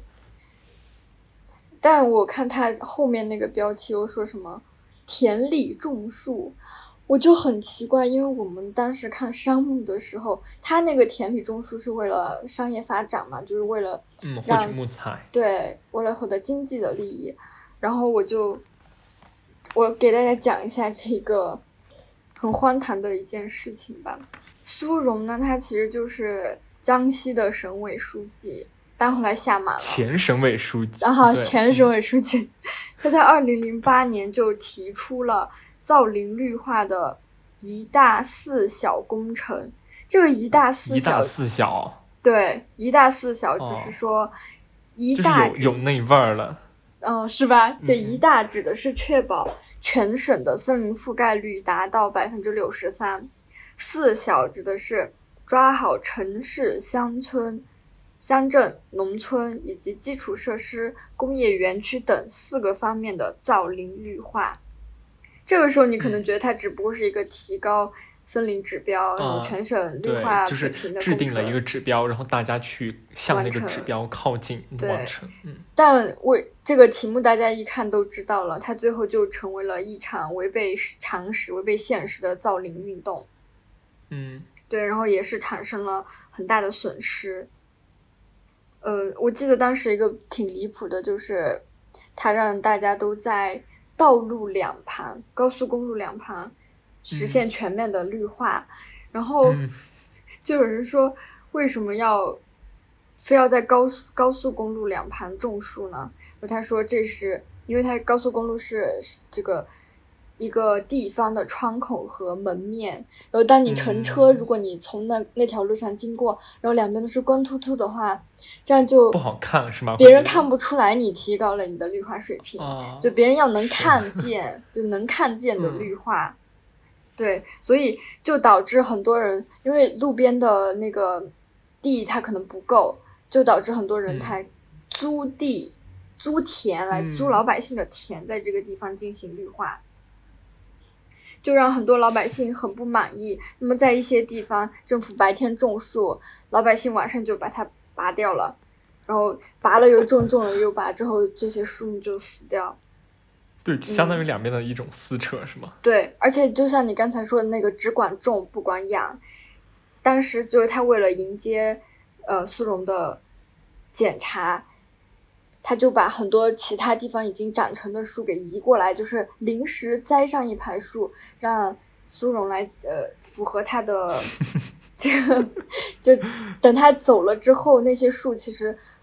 但我看他后面那个标题又说什么田里种树，我就很奇怪，因为我们当时看商牧的时候，他那个田里种树是为了商业发展嘛，就是为了嗯获取木材， 对，为了获得经济的利益。然后我就我给大家讲一下这个很荒唐的一件事情吧。苏荣呢，他其实就是江西的省委书记，但后来下马了。 前省委书记， 然后前省委书记，他在二零零八年就提出了造林绿化的一大四小工程。这个一大四小， 一大四小， 对，一大四小就是说、哦、一大就是有有那味儿了。 嗯，是吧？这一大指的是确保全省的森林覆盖率达到百分之六十三，四小指的是抓好城市、乡村、乡镇、农村以及基础设施、工业园区等四个方面的造林绿化。这个时候你可能觉得它只不过是一个提高森林指标、嗯、然后全省绿化水平的工程、 就是制定了一个指标，然后大家去向那个指标靠近完成。嗯， 但为这个题目大家一看都知道了，它最后就成为了一场违背常识、违背现实的造林运动。 嗯， 对，然后也是产生了很大的损失。呃，我记得当时一个挺离谱的，就是他让大家都在道路两旁、高速公路两旁实现全面的绿化、嗯、然后就有人说为什么要非要在高高速公路两旁种树呢？他说这是因为它高速公路是这个一个地方的窗口和门面，然后当你乘车、嗯、如果你从那那条路上经过，然后两边都是光秃秃的话，这样就不好看是吗？ 别人看不出来你提高了你的绿化水平、 哦、 就别人要能看见就能看见的绿化、嗯、对，所以就导致很多人因为路边的那个地它可能不够，就导致很多人他租地、嗯、租田来租老百姓的田在这个地方进行绿化、嗯，就让很多老百姓很不满意。那么在一些地方政府白天种树，老百姓晚上就把它拔掉了，然后拔了又种，种了又拔，之后这些树木就死掉。 对，相当于两边的一种撕扯、嗯、是吗？ 对，而且就像你刚才说的那个只管种不管养，当时就是他为了迎接呃苏荣的检查，他就把很多其他地方已经长成的树给移过来，就是临时栽上一排树，让苏荣来呃符合他的这个，就等他走了之后，那些树其实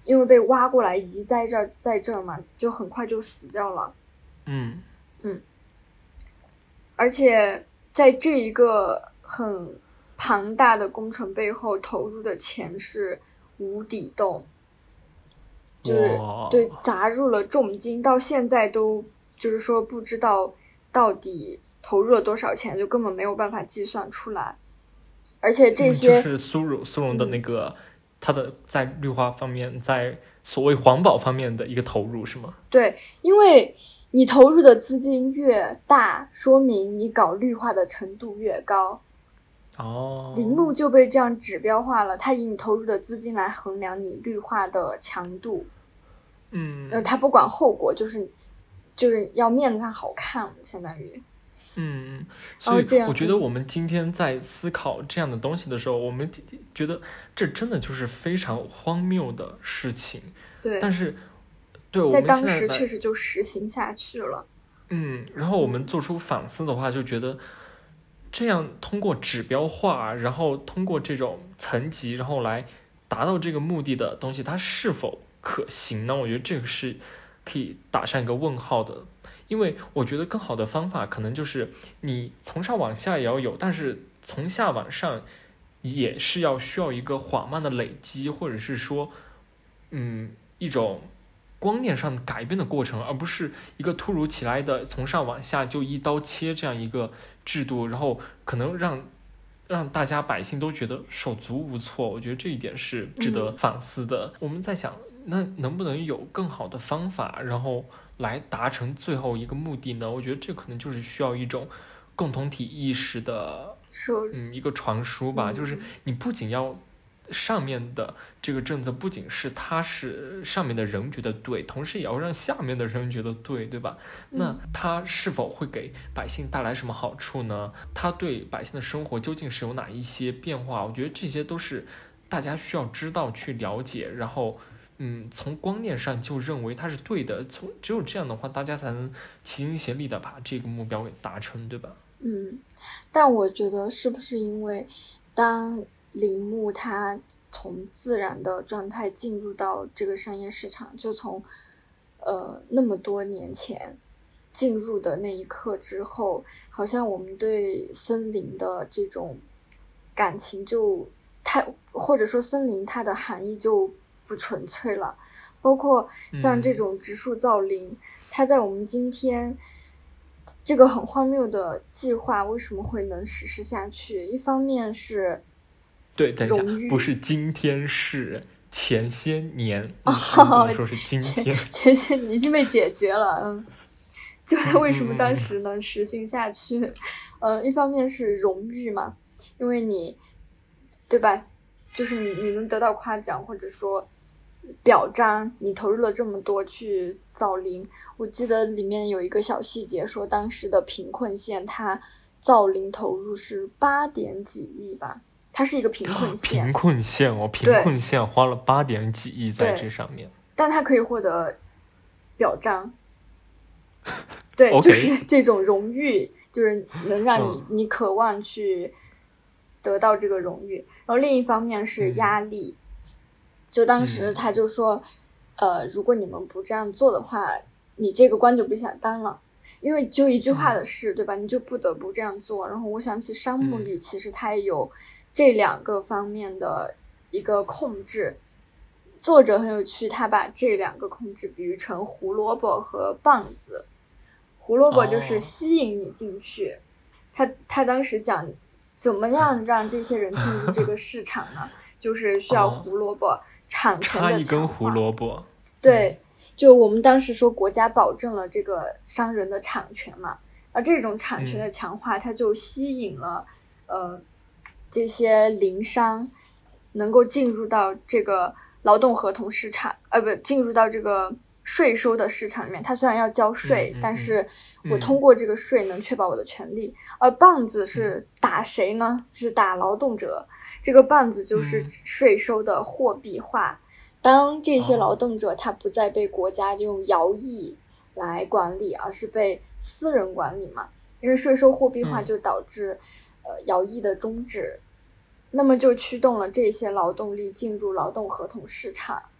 因为被挖过来移在这儿，在这儿嘛，就很快就死掉了。 嗯嗯，而且在这一个很庞大的工程背后投入的钱是无底洞，就是对砸入了重金，到现在都就是说不知道到底投入了多少钱，就根本没有办法计算出来。而且这些、 嗯、就是苏荣苏荣的那个、嗯、他的在绿化方面，在所谓环保方面的一个投入是吗？ 对，因为你投入的资金越大，说明你搞绿化的程度越高。 哦， 林路就被这样指标化了，它以你投入的资金来衡量你绿化的强度。 嗯， 呃，它不管后果，就是就是要面子上好看，相当于。 嗯，所以我觉得我们今天在思考这样的东西的时候，我们觉得这真的就是非常荒谬的事情。 对， 但是对我在们现在当时确实就实行下去了。 嗯，然后我们做出反思的话，就觉得这样通过指标化，然后通过这种层级，然后来达到这个目的的东西，它是否可行呢？我觉得这个是可以打上一个问号的。因为我觉得更好的方法可能就是你从上往下也要有，但是从下往上也是要需要一个缓慢的累积，或者是说嗯一种观念上改变的过程，而不是一个突如其来的从上往下就一刀切这样一个制度，然后可能让让大家百姓都觉得手足无措。我觉得这一点是值得反思的、嗯、我们在想那能不能有更好的方法，然后来达成最后一个目的呢？我觉得这可能就是需要一种共同体意识的嗯一个传输吧、嗯、就是你不仅要上面的这个政策不仅是它是上面的人觉得对，同时也要让下面的人觉得对，对吧？ 嗯、 那它是否会给百姓带来什么好处呢？它对百姓的生活究竟是有哪一些变化？我觉得这些都是大家需要知道去了解，然后嗯，从观念上就认为它是对的，从只有这样的话，大家才能齐心协力的把这个目标给达成，对吧？ 嗯，但我觉得是不是因为当林木它从自然的状态进入到这个商业市场，就从呃那么多年前进入的那一刻之后，好像我们对森林的这种感情就太，或者说森林它的含义就不纯粹了。包括像这种植树造林、嗯、它在我们今天这个很荒谬的计划为什么会能实施下去？一方面是对，等一下，不是今天，是前些年。 哦， 不能说是今天， 前, 前些年已经被解决了。嗯，就是为什么当时能实行下去？嗯, 嗯，一方面是荣誉嘛，因为你，对吧？就是你你能得到夸奖，或者说表彰你投入了这么多去造林。我记得里面有一个小细节说，当时的贫困县它造林投入是八点几亿吧。它是一个贫困县， 贫困县哦，贫困县花了八点几亿在这上面， 但它可以获得表彰，对， okay. 就是这种荣誉，就是能让你、嗯、你渴望去得到这个荣誉。然后另一方面是压力，嗯、就当时他就说、嗯，呃，如果你们不这样做的话，你这个官就不想当了。因为就一句话的事、嗯、对吧，你就不得不这样做。然后我想起商木里其实它也有这两个方面的一个控制，作者很有趣，他把这两个控制比喻成胡萝卜和棒子。胡萝卜就是吸引你进去、哦、他他当时讲怎么样让这些人进入这个市场呢就是需要胡萝卜产权的强化、 插一根胡萝卜， 对、嗯，就我们当时说国家保证了这个商人的产权嘛，而这种产权的强化、嗯、它就吸引了呃这些林商能够进入到这个劳动合同市场，呃，不，进入到这个税收的市场里面。他虽然要交税、嗯嗯、但是我通过这个税能确保我的权利、嗯、而棒子是打谁呢？是打劳动者。这个棒子就是税收的货币化、嗯、当这些劳动者他不再被国家用徭役来管理、哦、而是被私人管理嘛，因为税收货币化就导致、嗯、呃徭役的终止，那么就驱动了这些劳动力进入劳动合同市场。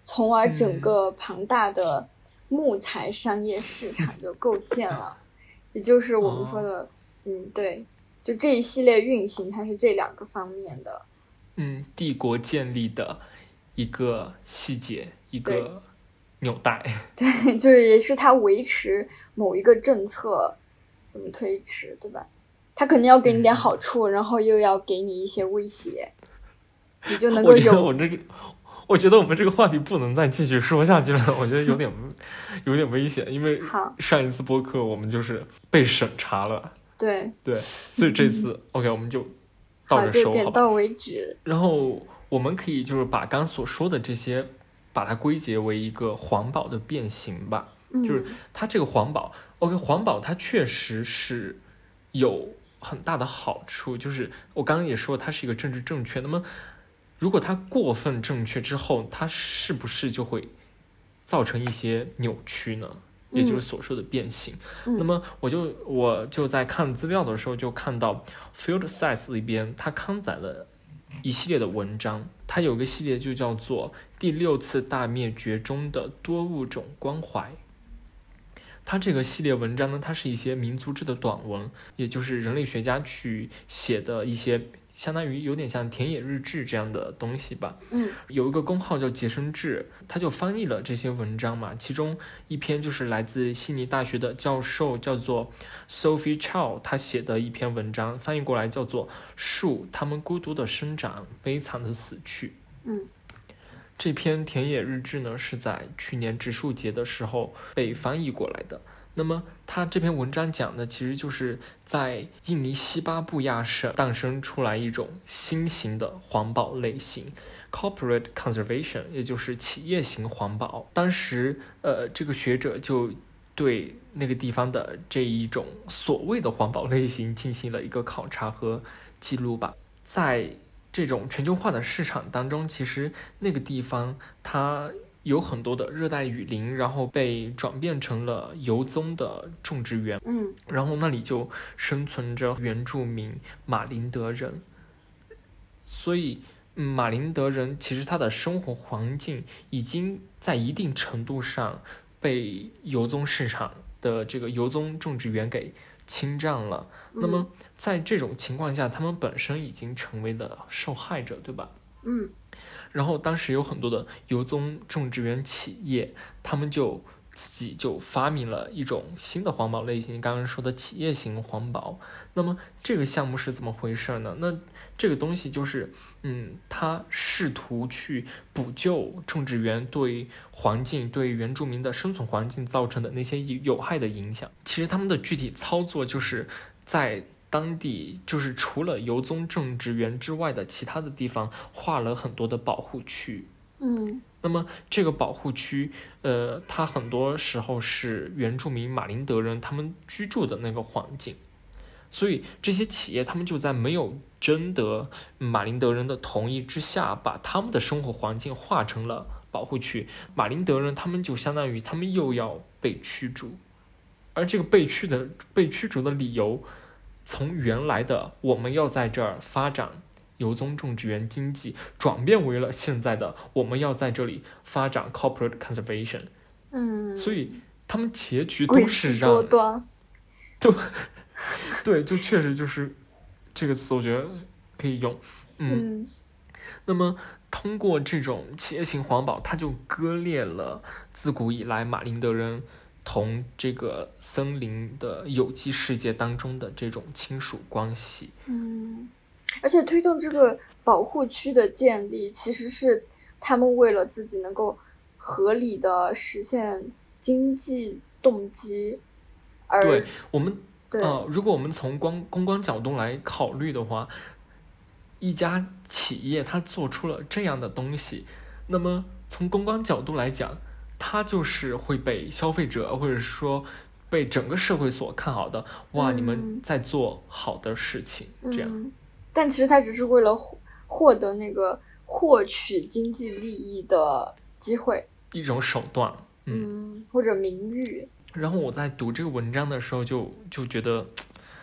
从而整个庞大的木材商业市场就构建了，也就是我们说的，哦、嗯，对，就这一系列运行，它是这两个方面的。 嗯，帝国建立的一个细节，一个纽带。 对，就是也是它维持某一个政策怎么推迟，对吧？它肯定要给你点好处，嗯、然后又要给你一些威胁，你就能够有。 我觉得我这个，我觉得我们这个话题不能再继续说下去了，我觉得有点有点危险，因为上一次播客我们就是被审查了。 对对，所以这次、嗯、OK 我们就到这收，好吧？ 点到为止。 然后我们可以就是把刚所说的这些，把它归结为一个环保的变形吧。 嗯、 就是它这个环保 ，OK， 环保它确实是有很大的好处，就是我刚刚也说它是一个政治正确。那么，如果它过分正确之后，它是不是就会造成一些扭曲呢？也就是所说的变形。 嗯、 那么我就我就在看资料的时候就看到 Field Sites 里边它刊载了一系列的文章，它有个系列就叫做第六次大灭绝中的多物种关怀。它这个系列文章呢，它是一些民族志的短文，也就是人类学家去写的一些相当于有点像田野日志这样的东西吧。 嗯， 有一个公号叫杰生志，他就翻译了这些文章嘛。其中一篇就是来自悉尼大学的教授叫做 Sophie Chow， 他写的一篇文章，翻译过来叫做《树，它们孤独的生长，悲惨的死去》。 嗯， 这篇田野日志呢，是在去年植树节的时候被翻译过来的。那么他这篇文章讲的其实就是在印尼西巴布亚省诞生出来一种新型的环保类型 Corporate Conservation， 也就是企业型环保。当时呃，这个学者就对那个地方的这一种所谓的环保类型进行了一个考察和记录吧。在这种全球化的市场当中，其实那个地方它有很多的热带雨林，然后被转变成了油棕的种植园。 嗯， 然后那里就生存着原住民马林德人。所以，嗯，马林德人其实他的生活环境已经在一定程度上被油棕市场的这个油棕种植园给侵占了。 嗯、 那么在这种情况下，他们本身已经成为了受害者，对吧？ 嗯。 然后当时有很多的油棕种植园企业，他们就自己就发明了一种新的环保类型，刚刚说的企业型环保。那么这个项目是怎么回事呢？那这个东西就是，嗯，它试图去补救种植园对环境、对原住民的生存环境造成的那些有害的影响。其实他们的具体操作就是在当地就是除了油棕种植园之外的其他的地方划了很多的保护区。 嗯， 那么这个保护区，呃，它很多时候是原住民马林德人他们居住的那个环境，所以这些企业他们就在没有征得马林德人的同意之下，把他们的生活环境划成了保护区。马林德人他们就相当于他们又要被驱逐，而这个被驱的被驱逐的理由，从原来的我们要在这儿发展油棕种植园经济，转变为了现在的我们要在这里发展 corporate conservation。 嗯， 所以他们结局都是让多端， 对对，就确实就是这个词我觉得可以用。 嗯, 嗯那么通过这种企业型环保，它就割裂了自古以来马林德人同这个森林的有机世界当中的这种亲属关系。 嗯，而且推动这个保护区的建立，其实是他们为了自己能够合理的实现经济动机而。 对，我们对、 呃，如果我们从光公关角度来考虑的话，一家企业它做出了这样的东西，那么从公关角度来讲，它就是会被消费者或者说被整个社会所看好的。哇、嗯、你们在做好的事情、嗯、这样。 但其实它只是为了获得那个获取经济利益的机会， 一种手段。 嗯, 嗯或者名誉。 然后我在读这个文章的时候就就觉得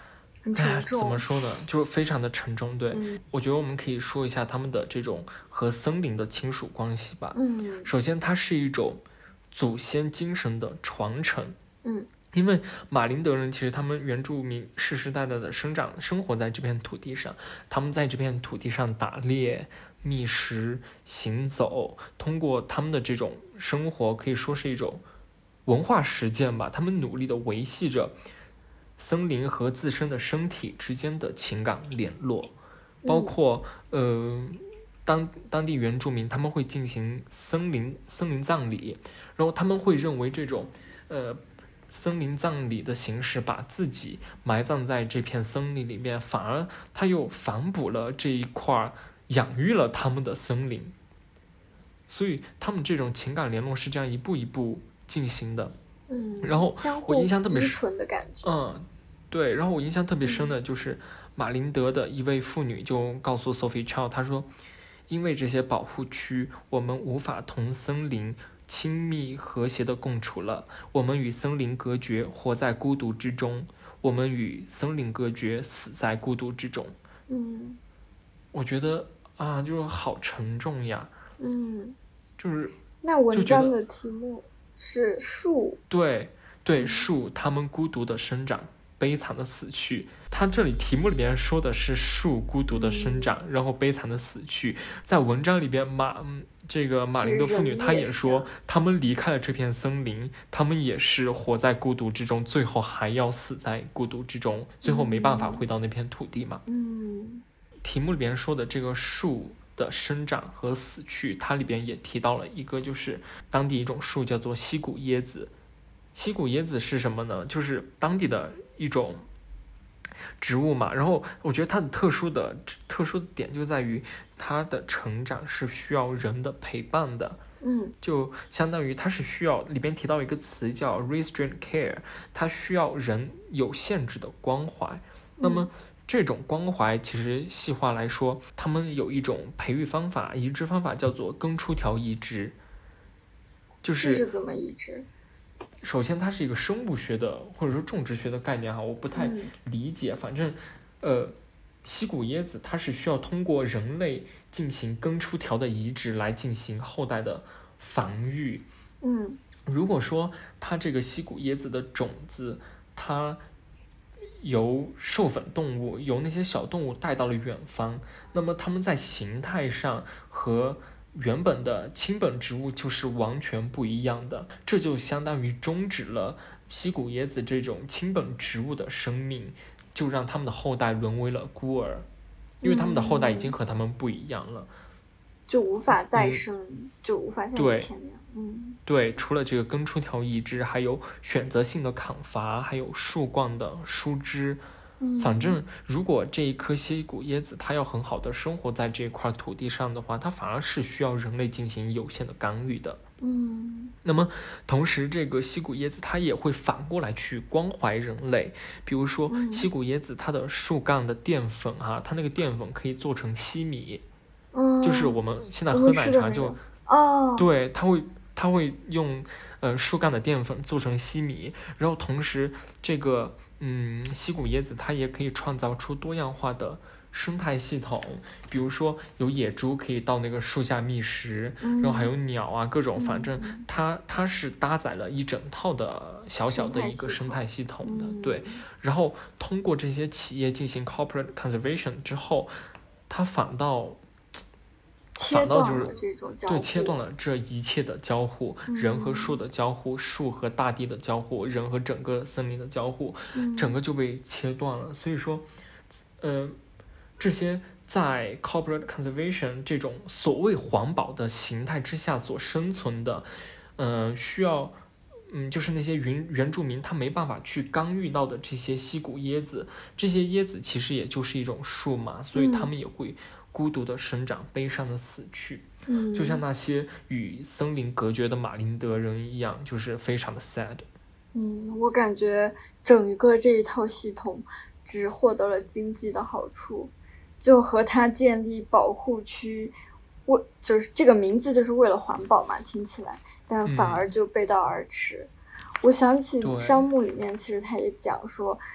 很沉重。 怎么说呢？就是非常的沉重。对、 嗯、 我觉得我们可以说一下他们的这种和森林的亲属关系吧。 嗯， 首先它是一种祖先精神的传承。 嗯， 因为马林德人其实他们原住民世世代代的生长生活在这片土地上，他们在这片土地上打猎、觅食、行走，通过他们的这种生活可以说是一种文化实践吧。他们努力的维系着森林和自身的身体之间的情感联络，包括、嗯、呃当当地原住民他们会进行森林森林葬礼，然后他们会认为这种呃森林葬礼的形式把自己埋葬在这片森林里面，反而他又反哺了这一块，养育了他们的森林，所以他们这种情感联络是这样一步一步进行的。 嗯， 然后我印象特别深的感觉。 嗯，对，然后我印象特别深的就是马林德的一位妇女就告诉 Sophie Chow， 她说，因为这些保护区，我们无法同森林亲密和谐的共处了，我们与森林隔绝，活在孤独之中，我们与森林隔绝，死在孤独之中。 嗯， 我觉得啊，就是好沉重呀。 嗯， 就是那文章的题目是树， 对对，树它们孤独的生长，悲惨的死去。它这里题目里面说的是树孤独的生长、嗯、然后悲惨的死去。在文章里边马这个马林德妇女她也说，他们离开了这片森林，他们也是活在孤独之中，最后还要死在孤独之中，最后没办法回到那片土地嘛。 嗯， 题目里边说的这个树的生长和死去，它里边也提到了一个，就是当地一种树叫做溪谷椰子。溪谷椰子是什么呢？就是当地的一种植物嘛，然后我觉得它的特殊的特殊的点就在于它的成长是需要人的陪伴的。 嗯， 就相当于它是需要，里边提到一个词叫 restraint care， 它需要人有限制的关怀。那么这种关怀其实细化来说，他们有一种培育方法，移植方法叫做根出条移植。就是这是怎么移植？ 首先它是一个生物学的或者说种植学的概念哈，我不太理解、嗯、反正呃，溪谷椰子它是需要通过人类进行根出条的移植来进行后代的防御。 嗯， 如果说它这个溪谷椰子的种子它由授粉动物由那些小动物带到了远方，那么它们在形态上和原本的亲本植物就是完全不一样的，这就相当于终止了溪谷椰子这种亲本植物的生命，就让他们的后代沦为了孤儿，因为他们的后代已经和他们不一样了，嗯、 就无法再生、嗯，就无法像以前那样。嗯， 对，除了这个根出条移植，还有选择性的砍伐，还有树冠的疏枝。反正如果这一颗溪谷椰子它要很好的生活在这块土地上的话，它反而是需要人类进行有限的干预的。 嗯， 那么同时这个溪谷椰子它也会反过来去关怀人类，比如说溪谷椰子它的树干的淀粉啊，它那个淀粉可以做成西米。 嗯， 就是我们现在喝奶茶就哦， 对，它会它会用呃树干的淀粉做成西米，然后同时这个嗯，溪谷椰子它也可以创造出多样化的生态系统，比如说有野猪可以到那个树下觅食、嗯、然后还有鸟啊各种，反正它它是搭载了一整套的小小的一个生态系统的，对。然后通过这些企业进行 corporate conservation 之后，它反倒切断了这种交互， 对，切断了这一切的交互、嗯，人和树的交互，树和大地的交互，人和整个森林的交互， 嗯、 整个就被切断了。所以说，呃，这些在 corporate conservation 这种所谓环保的形态之下所生存的，呃，需要，嗯，就是那些原原住民他没办法去干预到的这些溪谷椰子，这些椰子其实也就是一种树嘛，所以他们也会孤独的生长，悲伤的死去， 嗯， 就像那些与森林隔绝的马林德人一样，就是非常的 sad。 嗯，我感觉整个这一套系统只获得了经济的好处，就和它建立保护区，为就是这个名字就是为了环保嘛，听起来，但反而就背道而驰。嗯、我想起商墓里面，其实他也讲说，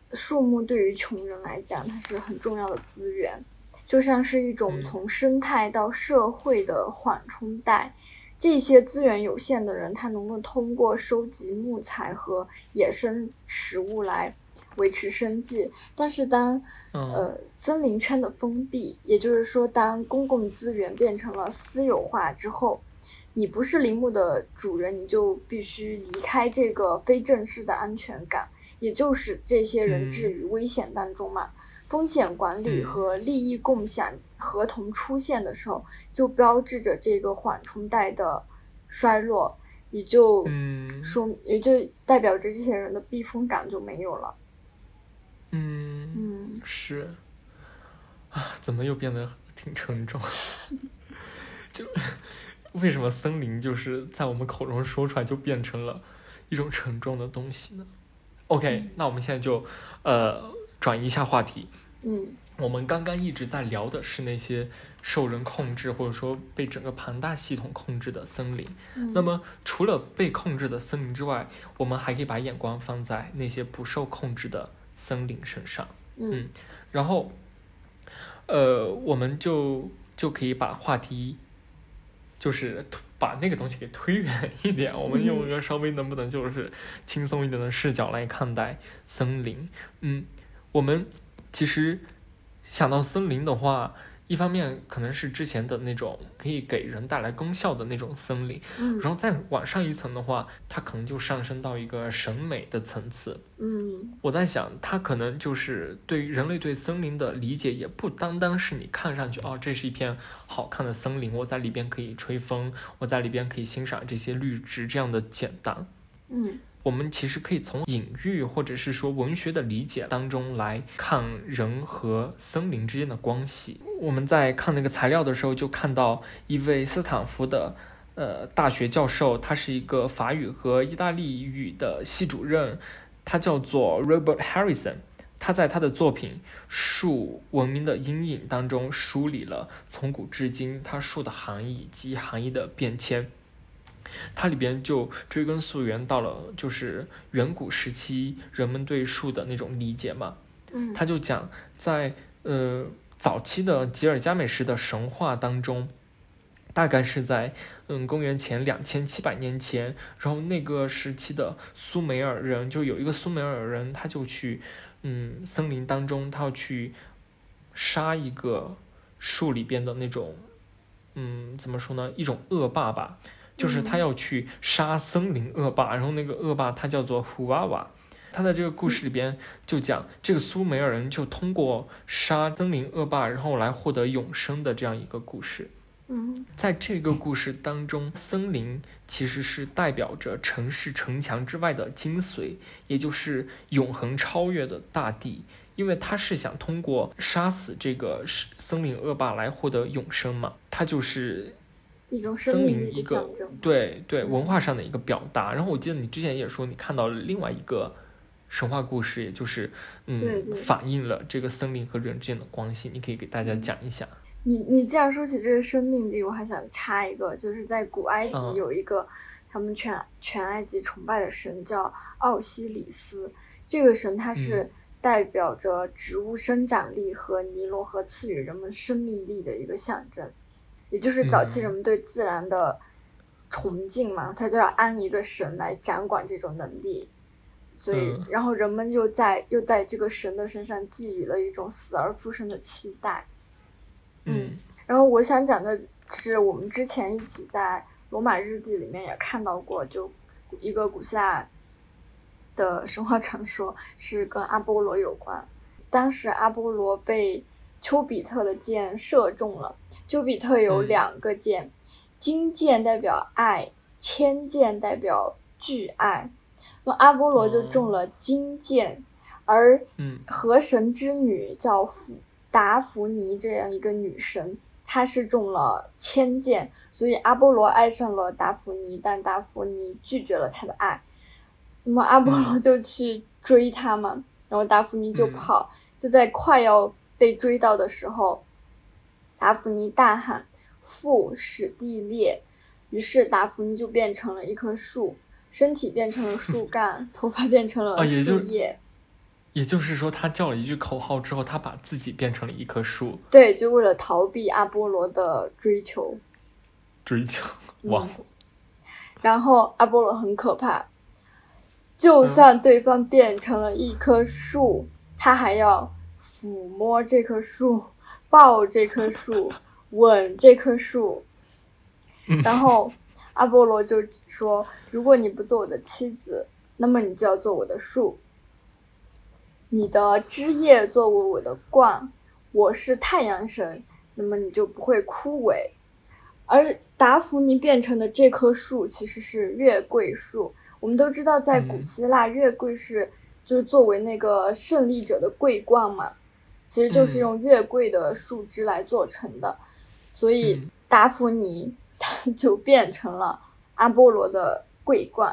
树木对于穷人来讲，它是很重要的资源，就像是一种从生态到社会的缓冲带。嗯、这些资源有限的人，他能够通过收集木材和野生食物来维持生计。但是当、嗯、呃森林圈的封闭，也就是说，当公共资源变成了私有化之后，你不是林木的主人，你就必须离开这个非正式的安全感，也就是这些人置于危险当中嘛。嗯、风险管理和利益共享合同出现的时候，就标志着这个缓冲带的衰落，也就说，也就代表着这些人的避风港就没有了。 嗯嗯，是啊，怎么又变得挺沉重？就为什么森林就是在我们口中说出来就变成了一种沉重的东西呢 ？OK，、嗯、那我们现在就呃转移一下话题。 嗯， 我们刚刚一直在聊的是那些受人控制或者说被整个庞大系统控制的森林。 嗯、 那么除了被控制的森林之外，我们还可以把眼光放在那些不受控制的森林身上。 嗯， 嗯然后呃，我们就就可以把话题。就是把那个东西给推远一点，我们用一个稍微能不能就是轻松一点的视角来看待森林。嗯，我们其实想到森林的话，一方面可能是之前的那种可以给人带来功效的那种森林， 嗯， 然后再往上一层的话，它可能就上升到一个审美的层次。 嗯， 我在想，它可能就是对于人类对森林的理解，也不单单是你看上去哦，这是一片好看的森林，我在里边可以吹风，我在里边可以欣赏这些绿植这样的简单。 嗯。 我们其实可以从隐喻或者是说文学的理解当中来看人和森林之间的关系。我们在看那个材料的时候，就看到一位斯坦福的呃大学教授，他是一个法语和意大利语的系主任，他叫做 Robert Harrison。他在他的作品《树文明的阴影》当中梳理了从古至今它树的含义以及含义的变迁。它里边就追根溯源到了就是远古时期人们对树的那种理解嘛。 嗯， 他就讲在呃早期的吉尔加美什的神话当中，大概是在嗯公元前两千七百年前，然后那个时期的苏美尔人，就有一个苏美尔人，他就去嗯森林当中，他要去杀一个树里边的那种嗯怎么说呢，一种恶霸吧。就是他要去杀森林恶霸，然后那个恶霸他叫做胡娃娃。他在这个故事里边就讲，这个苏美尔人就通过杀森林恶霸，然后来获得永生的这样一个故事。 嗯， 在这个故事当中，森林其实是代表着城市城墙之外的精髓，也就是永恒超越的大地。因为他是想通过杀死这个森林恶霸来获得永生嘛，他就是一种生命的象征， 对对，文化上的一个表达。然后我记得你之前也说你看到了另外一个神话故事，也就是嗯对对反映了这个森林和人之间的关系，你可以给大家讲一下。 你你既然说起这个生命力，我还想插一个，就是在古埃及有一个、嗯、他们全全埃及崇拜的神叫奥西里斯，这个神它是代表着植物生长力和尼罗河赐予人们生命力的一个象征，也就是早期人们对自然的崇敬嘛，他就要安一个神来掌管这种能力，所以、嗯、然后人们又在又在这个神的身上寄予了一种死而复生的期待。嗯，然后我想讲的是，我们之前一起在罗马日记里面也看到过，就一个古希腊的神话传说是跟阿波罗有关。当时阿波罗被丘比特的箭射中了，丘比特有两个箭、嗯、金箭代表爱，铅箭代表巨爱，那么阿波罗就中了金箭、哦、而河神之女叫福达芙妮这样一个女神，她是中了铅箭，所以阿波罗爱上了达芙妮，但达芙妮拒绝了他的爱，那么阿波罗就去追她嘛、嗯、然后达芙妮就跑、嗯、就在快要被追到的时候，达芙妮大喊父使地裂，于是达芙妮就变成了一棵树，身体变成了树干头发变成了树叶、 也也就是说，他叫了一句口号之后，他把自己变成了一棵树。 对，就为了逃避阿波罗的追求。 追求，哇！ 嗯、然后阿波罗很可怕，就算对方变成了一棵树，嗯、他还要抚摸这棵树，抱这棵树，吻这棵树。 嗯、 然后阿波罗就说：“如果你不做我的妻子，那么你就要做我的树。你的枝叶作为我的冠，我是太阳神，那么你就不会枯萎。”而达芙妮变成的这棵树其实是月桂树。我们都知道，在古希腊，嗯、月桂是就是作为那个胜利者的桂冠嘛，其实就是用月桂的树枝来做成的。嗯、所以达芙妮它就变成了阿波罗的桂冠。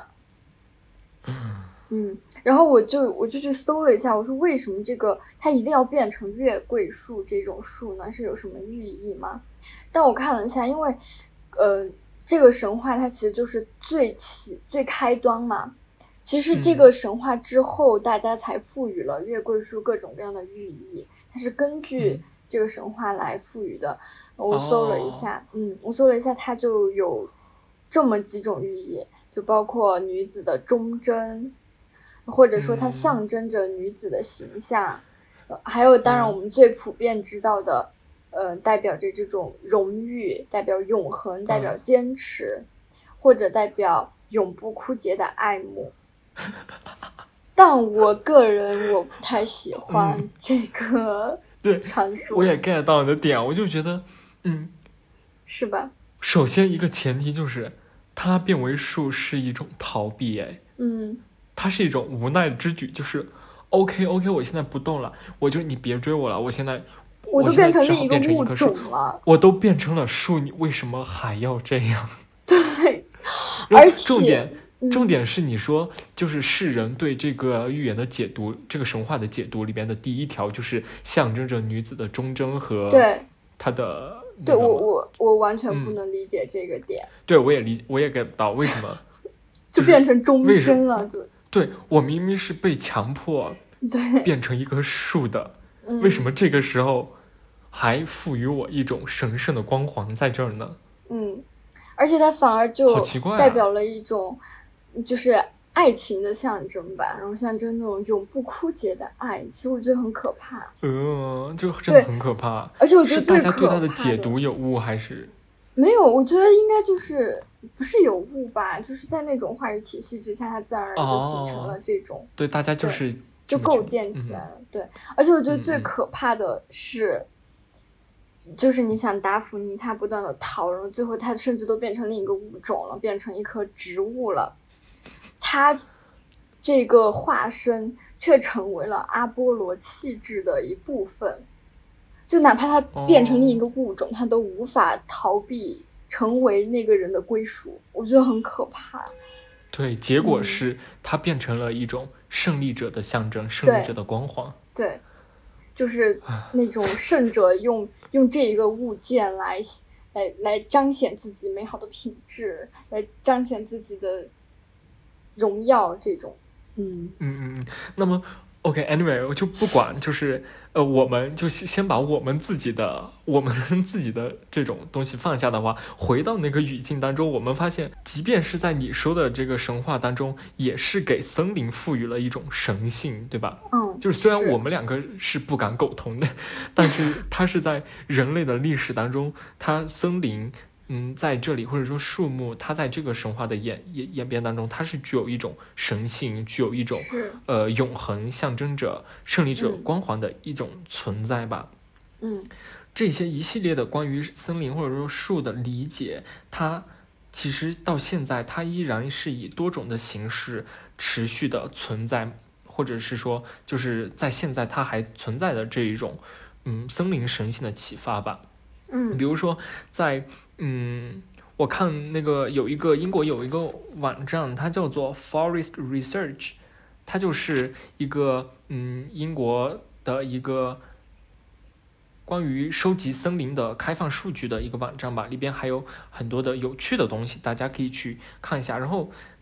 嗯，然后我就我就去搜了一下，我说为什么这个它一定要变成月桂树这种树呢？是有什么寓意吗？但我看了一下，因为呃这个神话它其实就是最起最开端嘛，其实这个神话之后、嗯、大家才赋予了月桂树各种各样的寓意，它是根据这个神话来赋予的。嗯、我搜了一下、哦、嗯我搜了一下它就有这么几种寓意，就包括女子的忠贞，或者说它象征着女子的形象、嗯呃、还有当然我们最普遍知道的呃，代表着这种荣誉，代表永恒，代表坚持、嗯、或者代表永不枯竭的爱慕。但我个人我不太喜欢这个传说、 嗯、对，我也 get 到你的点，我就觉得嗯， 是吧？ 首先一个前提就是它变为树是一种逃避，哎， 嗯， 它是一种无奈之举，就是 OK OK 我现在不动了，我就你别追我了，我现在我都变成另一个物种了， 我都变成了树，你为什么还要这样？ 对，而且重点、嗯、重点是你说，就是世人对这个寓言的解读，这个神话的解读里边的第一条就是象征着女子的忠贞和她的、那个、对，我我我完全不能理解这个点。 嗯、对，我也理我也 get 不到为什么就变成忠贞了，就对我明明是被强迫对变成一棵树的，为什么这个时候还赋予我一种神圣的光环在这儿呢？ 嗯，而且它反而就代表了一种、 啊、 就是爱情的象征吧，然后象征那种永不枯竭的爱，其实我觉得很可怕。 嗯，这真的很可怕。 而且我觉得最可怕的是大家对它的解读有误还是？ 没有，我觉得应该就是不是有误吧，就是在那种话语体系之下，它自然而然就形成了这种。 哦、对，大家就是就构建起来了、嗯。对，而且我觉得最可怕的是。嗯、就是你想达芙妮她不断的逃，然后最后她甚至都变成另一个物种了，变成一棵植物了，她这个化身却成为了阿波罗气质的一部分，就哪怕她变成另一个物种、哦、她都无法逃避成为那个人的归属，我觉得很可怕。 对，结果是她变成了一种胜利者的象征、嗯、胜利者的光环。 对，就是那种胜者用用这一个物件来来来彰显自己美好的品质，来彰显自己的荣耀，这种。嗯嗯嗯。那么 OK，anyway，、okay, 我就不管，就是呃，我们就先把我们自己的我们自己的这种东西放下的话，回到那个语境当中，我们发现，即便是在你说的这个神话当中，也是给森林赋予了一种神性，对吧？ 嗯， 就是虽然我们两个是不敢苟同的，但是它是在人类的历史当中，它森林。嗯，在这里或者说树木，它在这个神话的演演演变当中，它是具有一种神性，具有一种呃永恒，象征着胜利者光环的一种存在吧。 嗯， 这些一系列的关于森林或者说树的理解，它其实到现在它依然是以多种的形式持续的存在，或者是说就是在现在它还存在的这一种嗯森林神性的启发吧。 嗯， 比如说在嗯，我看那个有一个英国有一个网站，它叫做 Forest Research， 它就是一个嗯英国的一个关于收集森林的开放数据的一个网站吧，里边还有很多的有趣的东西，大家可以去看一下。然后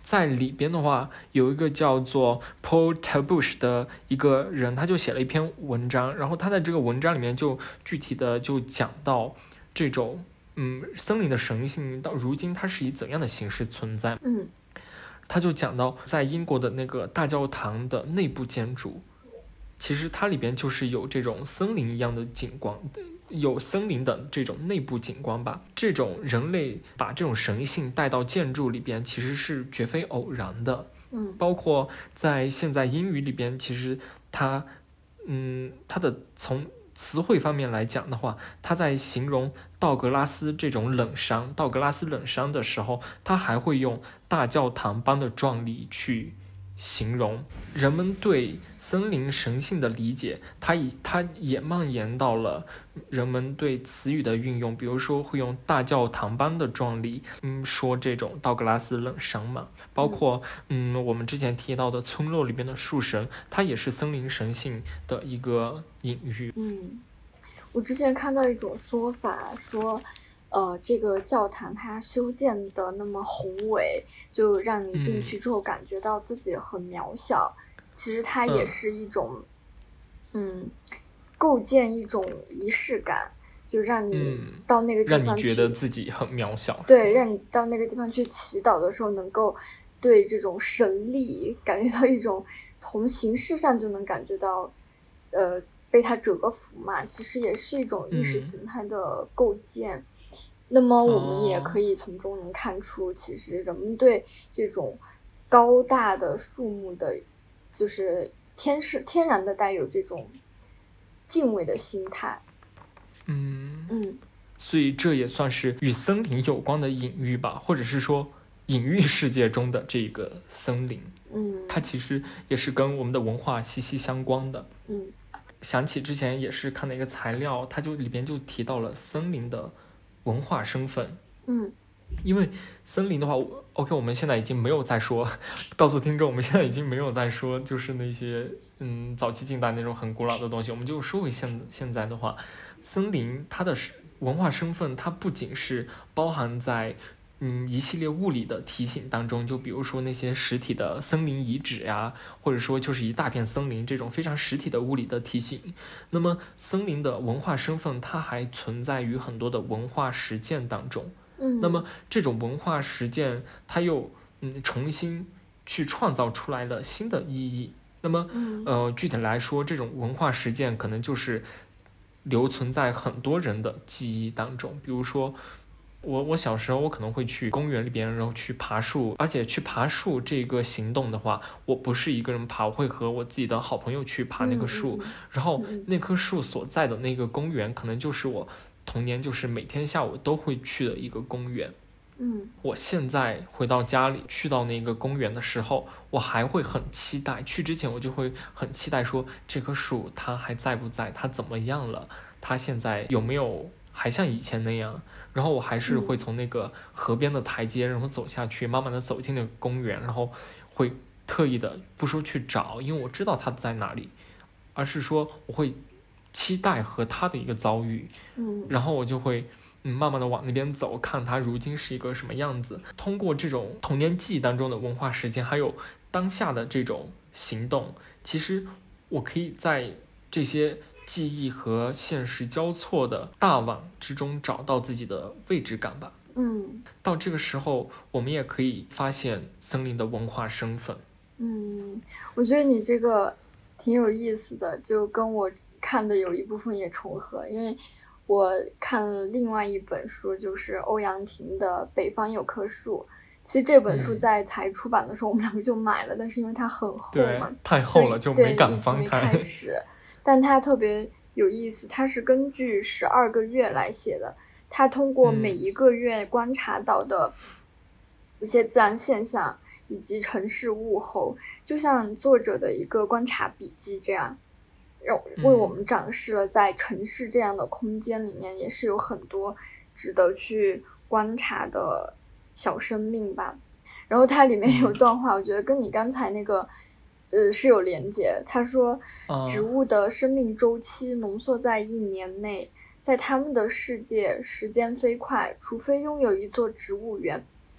在里边的话，有一个叫做 Paul Tabush 的一个人，他就写了一篇文章，然后他在这个文章里面就具体的就讲到这种嗯森林的神性到如今它是以怎样的形式存在。 嗯， 他就讲到在英国的那个大教堂的内部建筑，其实它里边就是有这种森林一样的景观，有森林的这种内部景观吧。这种人类把这种神性带到建筑里边，其实是绝非偶然的。 嗯， 包括在现在英语里边，其实它，嗯，它的从词汇方面来讲的话，它在形容道格拉斯这种冷杉，道格拉斯冷杉的时候，它还会用大教堂般的壮丽去形容。人们对森林神性的理解，它以它也蔓延到了人们对词语的运用，比如说会用大教堂般的壮丽，嗯，说这种道格拉斯冷杉嘛，包括嗯我们之前提到的村落里边的树神，它也是森林神性的一个隐喻。 嗯，我之前看到一种说法说，呃，这个教堂它修建的那么宏伟，就让你进去之后感觉到自己很渺小。嗯，其实它也是一种，嗯，嗯构建一种仪式感，就让你到那个地方去， 嗯，让你觉得自己很渺小。 对，让你到那个地方去祈祷的时候，能够对这种神力感觉到一种从形式上就能感觉到，呃，被它折服嘛。其实也是一种意识形态的构建。嗯，那么我们也可以从中能看出，其实人们对这种高大的树木的，就是天是天然的带有这种敬畏的心态。 嗯嗯， 所以这也算是与森林有关的隐喻吧，或者是说隐喻世界中的这个森林。 嗯， 它其实也是跟我们的文化息息相关的。 嗯， 想起之前也是看了一个材料，它就里边就提到了森林的文化身份。 嗯， 因为森林的话 OK 我们现在已经没有在说告诉听众我们现在已经没有在说就是那些嗯早期近代那种很古老的东西，我们就说回现现在的话，森林它的文化身份它不仅是包含在嗯一系列物理的提醒当中，就比如说那些实体的森林遗址呀，或者说就是一大片森林这种非常实体的物理的提醒。那么森林的文化身份它还存在于很多的文化实践当中。 嗯， 那么这种文化实践它又嗯重新去创造出来了新的意义。那么呃具体来说，这种文化实践可能就是留存在很多人的记忆当中。比如说我我小时候我可能会去公园里边，然后去爬树，而且去爬树这个行动的话，我不是一个人爬，我会和我自己的好朋友去爬那个树， 嗯、 然后那棵树所在的那个公园可能就是我童年就是每天下午都会去的一个公园。 嗯， 我现在回到家里去到那个公园的时候，我还会很期待，去之前我就会很期待说这棵树它还在不在，它怎么样了，它现在有没有还像以前那样。然后我还是会从那个河边的台阶然后走下去，慢慢的走进那个公园，然后会特意的不说去找，因为我知道它在哪里，而是说我会期待和它的一个遭遇。 嗯， 然后我就会嗯慢慢的往那边走，看它如今是一个什么样子。通过这种童年记忆当中的文化实践，还有当下的这种行动，其实我可以在这些记忆和现实交错的大网之中找到自己的位置感吧。 嗯， 到这个时候我们也可以发现森林的文化身份。 嗯，我觉得你这个挺有意思的，就跟我看的有一部分也重合。因为我看了另外一本书，就是欧阳婷的《北方有棵树》。其实这本书在才出版的时候我们两个就买了，但是因为它很厚嘛， 太厚了就没敢翻开。 开始但它特别有意思，它是根据十二个月来写的，它通过每一个月观察到的一些自然现象以及城市物候，就像作者的一个观察笔记这样，为我们展示了在城市这样的空间里面也是有很多值得去观察的小生命吧。然后它里面有段话，我觉得跟你刚才那个呃，是有连结。他说，植物的生命周期浓缩在一年内，在他们的世界，时间飞快，除非拥有一座植物园，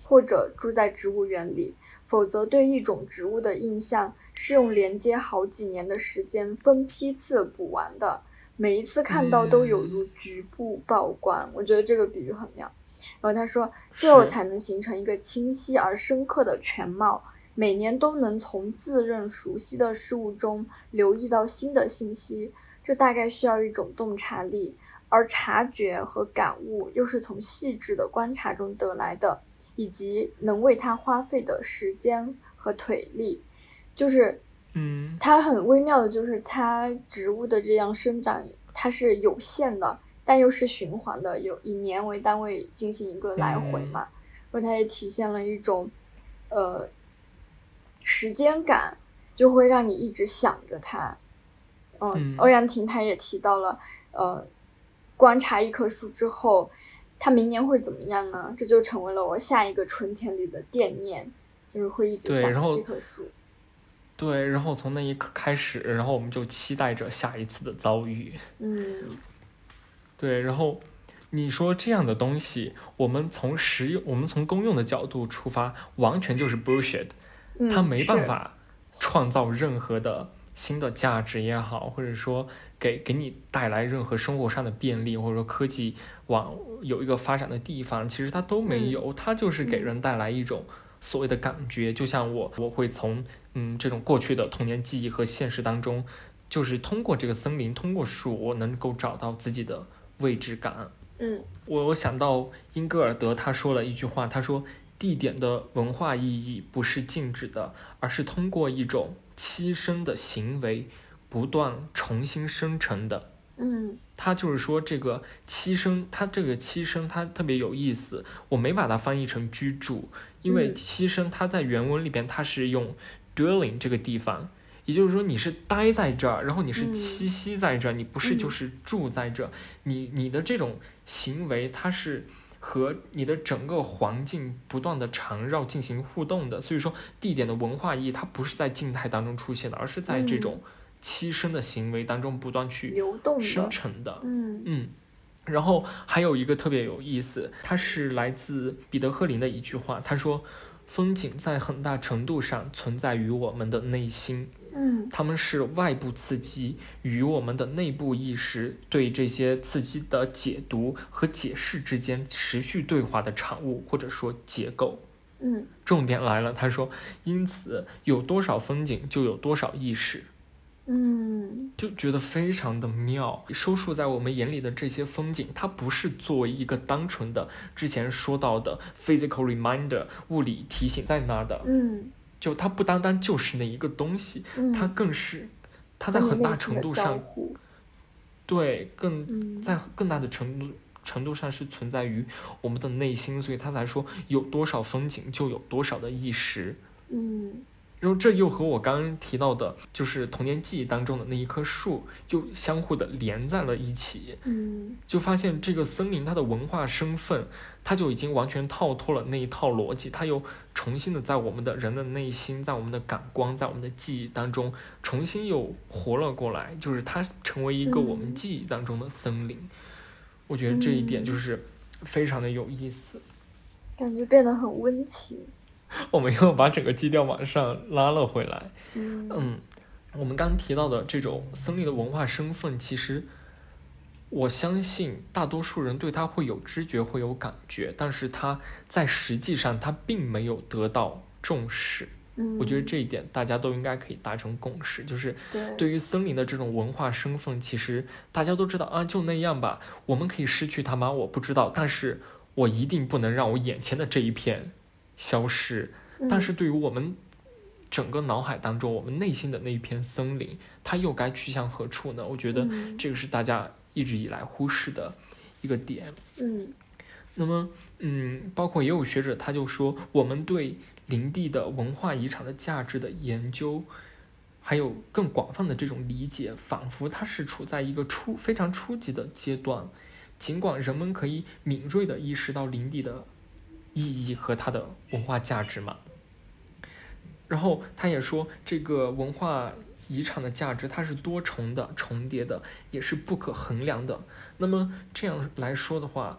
或者住在植物园里，否则对一种植物的印象是用连接好几年的时间分批次补完的，每一次看到都有如局部曝光、嗯、我觉得这个比喻很妙。然后他说，这样才能形成一个清晰而深刻的全貌，每年都能从自认熟悉的事物中留意到新的信息，这大概需要一种洞察力，而察觉和感悟又是从细致的观察中得来的，以及能为它花费的时间和腿力。就是嗯， 它很微妙的就是它植物的这样生长它是有限的，但又是循环的，有以年为单位进行一个来回嘛，然后它也体现了一种呃时间感，就会让你一直想着它。嗯， 嗯欧阳婷她也提到了呃观察一棵树之后它明年会怎么样呢？这就成为了我下一个春天里的惦念，就是会一直想着这棵树。 对，然后从那一刻开始，然后我们就期待着下一次的遭遇。 嗯， 对，然后你说这样的东西，我们从实用，我们从公用的角度出发，完全就是 bullshit， 嗯， 它没办法创造任何的新的价值也好，或者说给给你带来任何生活上的便利，或者说科技往有一个发展的地方，其实它都没有， 嗯、 它就是给人带来一种所谓的感觉。就像我我会从嗯这种过去的童年记忆和现实当中，就是通过这个森林，通过树，我能够找到自己的位置感。 嗯， 我我想到英格尔德他说了一句话，他说地点的文化意义不是静止的，而是通过一种栖身的行为不断重新生成的。 嗯， 他就是说这个栖身，他这个栖身他特别有意思，我没把它翻译成居住，因为栖身它在原文里边它是用 dwelling 这个地方，也就是说你是待在这儿，然后你是栖息在这儿、嗯、你不是就是住在这儿、嗯、你你的这种行为它是和你的整个环境不断的缠绕进行互动的，所以说地点的文化意义它不是在静态当中出现的，而是在这种栖身的行为当中不断去生成的。 嗯嗯，然后还有一个特别有意思，它是来自彼得赫林的一句话，他说风景在很大程度上存在于我们的内心， 嗯， 它们是外部刺激与我们的内部意识对这些刺激的解读和解释之间持续对话的产物，或者说结构。 嗯， 重点来了，他说因此有多少风景就有多少意识。 嗯， 就觉得非常的妙。收束在我们眼里的这些风景，它不是作为一个单纯的之前说到的 physical reminder 物理提醒在那的， 嗯， 就它不单单就是那一个东西， 嗯、 它更是它在很大程度上，对，更、嗯、在更大的程度程度上是存在于我们的内心，所以他才说有多少风景就有多少的意识。 嗯。 然后这又和我刚刚提到的就是童年记忆当中的那一棵树就相互的连在了一起， 嗯， 就发现这个森林它的文化身份它就已经完全套脱了那一套逻辑，它又重新的在我们的人的内心，在我们的感官，在我们的记忆当中重新又活了过来，就是它成为一个我们记忆当中的森林、嗯、我觉得这一点就是非常的有意思， 感觉变得很温情。 我们又把整个基调往上拉了回来。 嗯, 嗯我们刚刚提到的这种森林的文化身份，其实我相信大多数人对它会有知觉，会有感觉，但是它在实际上它并没有得到重视。 嗯， 我觉得这一点大家都应该可以达成共识，就是对于森林的这种文化身份，其实大家都知道啊，就那样吧，我们可以失去它吗？我不知道，但是我一定不能让我眼前的这一片消失。但是对于我们整个脑海当中、嗯、我们内心的那一片森林，它又该去向何处呢？我觉得这个是大家一直以来忽视的一个点。 嗯， 那么嗯，包括也有学者他就说，我们对林地的文化遗产的价值的研究还有更广泛的这种理解，仿佛它是处在一个初非常初级的阶段，尽管人们可以敏锐地意识到林地的意义和它的文化价值嘛。然后他也说，这个文化遗产的价值它是多重的、重叠的，也是不可衡量的。那么这样来说的话，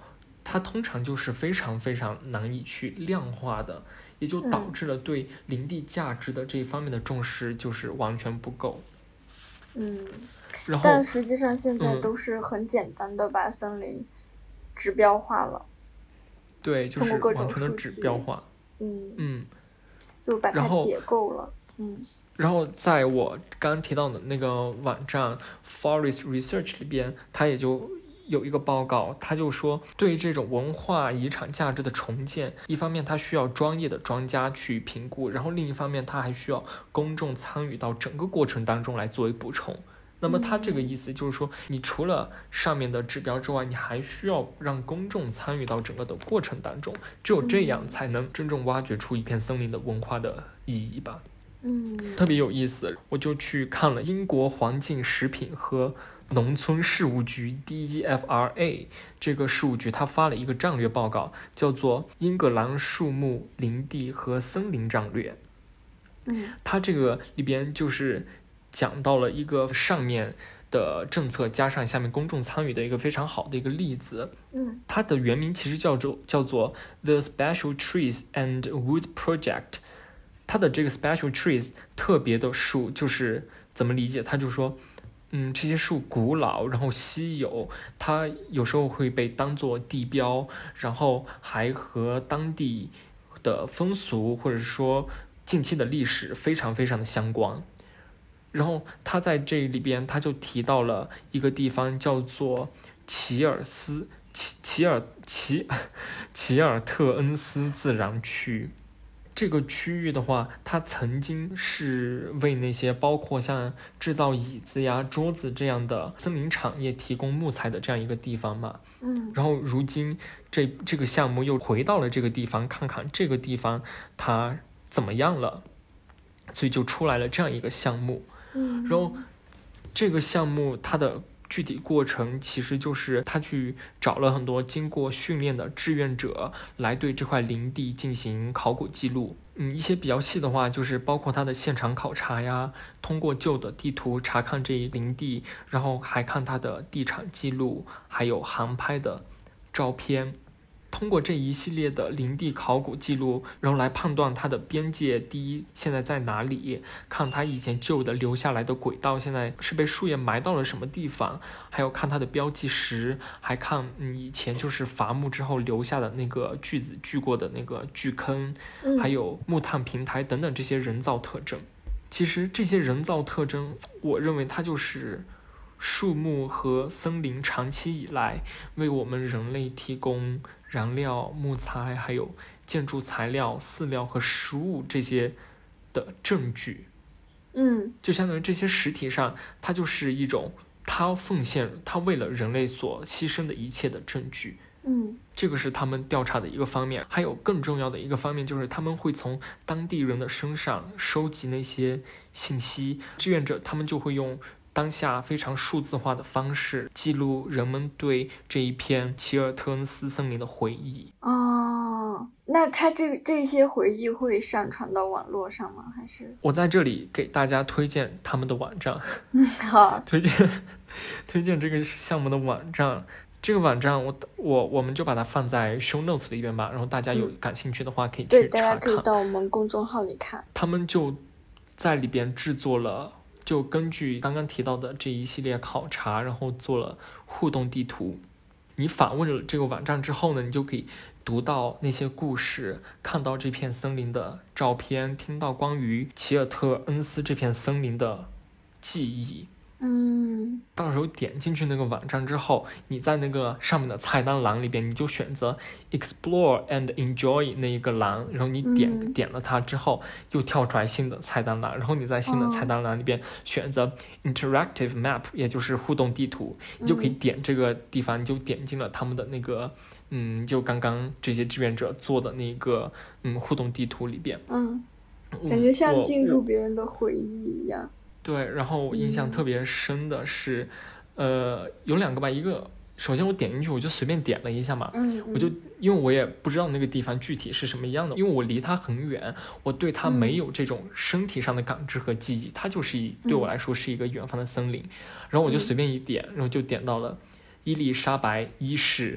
它通常就是非常非常难以去量化的，也就导致了对林地价值的这一方面的重视就是完全不够。 嗯， 然后但实际上现在嗯都是很简单的把森林指标化了， 对，就是通过各种完全的指标化。 嗯嗯， 就把它然后解构了。嗯然后在我刚刚提到的那个网站 Forest Research 里边，它也就有一个报告，它就说对于这种文化遗产价值的重建，一方面它需要专业的专家去评估，然后另一方面它还需要公众参与到整个过程当中来作为补充。那么它这个意思就是说，你除了上面的指标之外，你还需要让公众参与到整个的过程当中，只有这样才能真正挖掘出一片森林的文化的意义吧。 嗯， 特别有意思，我就去看了英国环境、食品和农村事务局 D E F R A 这个事务局，它发了一个战略报告，叫做《英格兰树木、林地和森林战略》。 嗯， 它这个里边就是讲到了一个上面的政策加上下面公众参与的一个非常好的一个例子。 嗯， 它的原名其实叫做叫做 The Special Trees and Wood Project。它的这个 special trees 特别的树就是怎么理解？它就说，嗯，这些树古老，然后稀有，它有时候会被当作地标，然后还和当地的风俗或者说近期的历史非常非常的相关。然后他在这里边他就提到了一个地方叫做齐尔斯齐齐尔齐齐尔特恩斯自然区。这个区域的话，它曾经是为那些包括像制造椅子呀、桌子这样的森林产业提供木材的这样一个地方嘛。 嗯， 然后如今这这个项目又回到了这个地方，看看这个地方它怎么样了，所以就出来了这样一个项目。 嗯， 然后这个项目它的具体过程其实就是他去找了很多经过训练的志愿者来对这块林地进行考古记录。嗯，一些比较细的话就是包括他的现场考察呀，通过旧的地图查看这一林地，然后还看他的地产记录，还有航拍的照片。通过这一系列的林地考古记录，然后来判断它的边界第一现在在哪里，看它以前旧的留下来的轨道现在是被树叶埋到了什么地方，还有看它的标记石，还看嗯以前就是伐木之后留下的那个锯子锯过的那个锯坑，还有木炭平台等等这些人造特征。其实这些人造特征，我认为它就是树木和森林长期以来为我们人类提供燃料、木材，还有建筑材料、饲料和食物这些的证据。 嗯， 就相当于这些实体上，它就是一种它奉献，它为了人类所牺牲的一切的证据。 嗯， 这个是他们调查的一个方面。还有更重要的一个方面，就是他们会从当地人的身上收集那些信息。志愿者他们就会用当下非常数字化的方式记录人们对这一片齐尔特恩斯森林的回忆。 哦，那他这这些回忆会上传到网络上吗？还是我在这里给大家推荐他们的网站。 好， 推荐推荐这个项目的网站。这个网站我我我们就把它放在 show notes 里边吧，然后大家有感兴趣的话可以对， 去查看。 大家可以到我们公众号里看。 他们就在里边制作了，就根据刚刚提到的这一系列考察，然后做了互动地图。你访问了这个网站之后呢，你就可以读到那些故事，看到这片森林的照片，听到关于齐尔特恩斯这片森林的记忆。 嗯， 到时候点进去那个网站之后，你在那个上面的菜单栏里边，你就选择 Explore and Enjoy 那一个栏，然后你点、 嗯、 点了它之后，又跳出来新的菜单栏，然后你在新的菜单栏里边选择 Interactive Map，、哦、也就是互动地图，你就可以点这个地方，嗯、你就点进了他们的那个，嗯，就刚刚这些志愿者做的那个，嗯，互动地图里边， 嗯，感觉像进入别人的回忆一样。 对，然后我印象特别深的是，嗯、呃，有两个吧，一个首先我点进去我就随便点了一下嘛， 嗯， 我就因为我也不知道那个地方具体是什么样的，因为我离它很远，我对它没有这种身体上的感知和记忆，它就是一对我来说是一个远方的森林，然后我就随便一点，然后就点到了伊丽莎白一世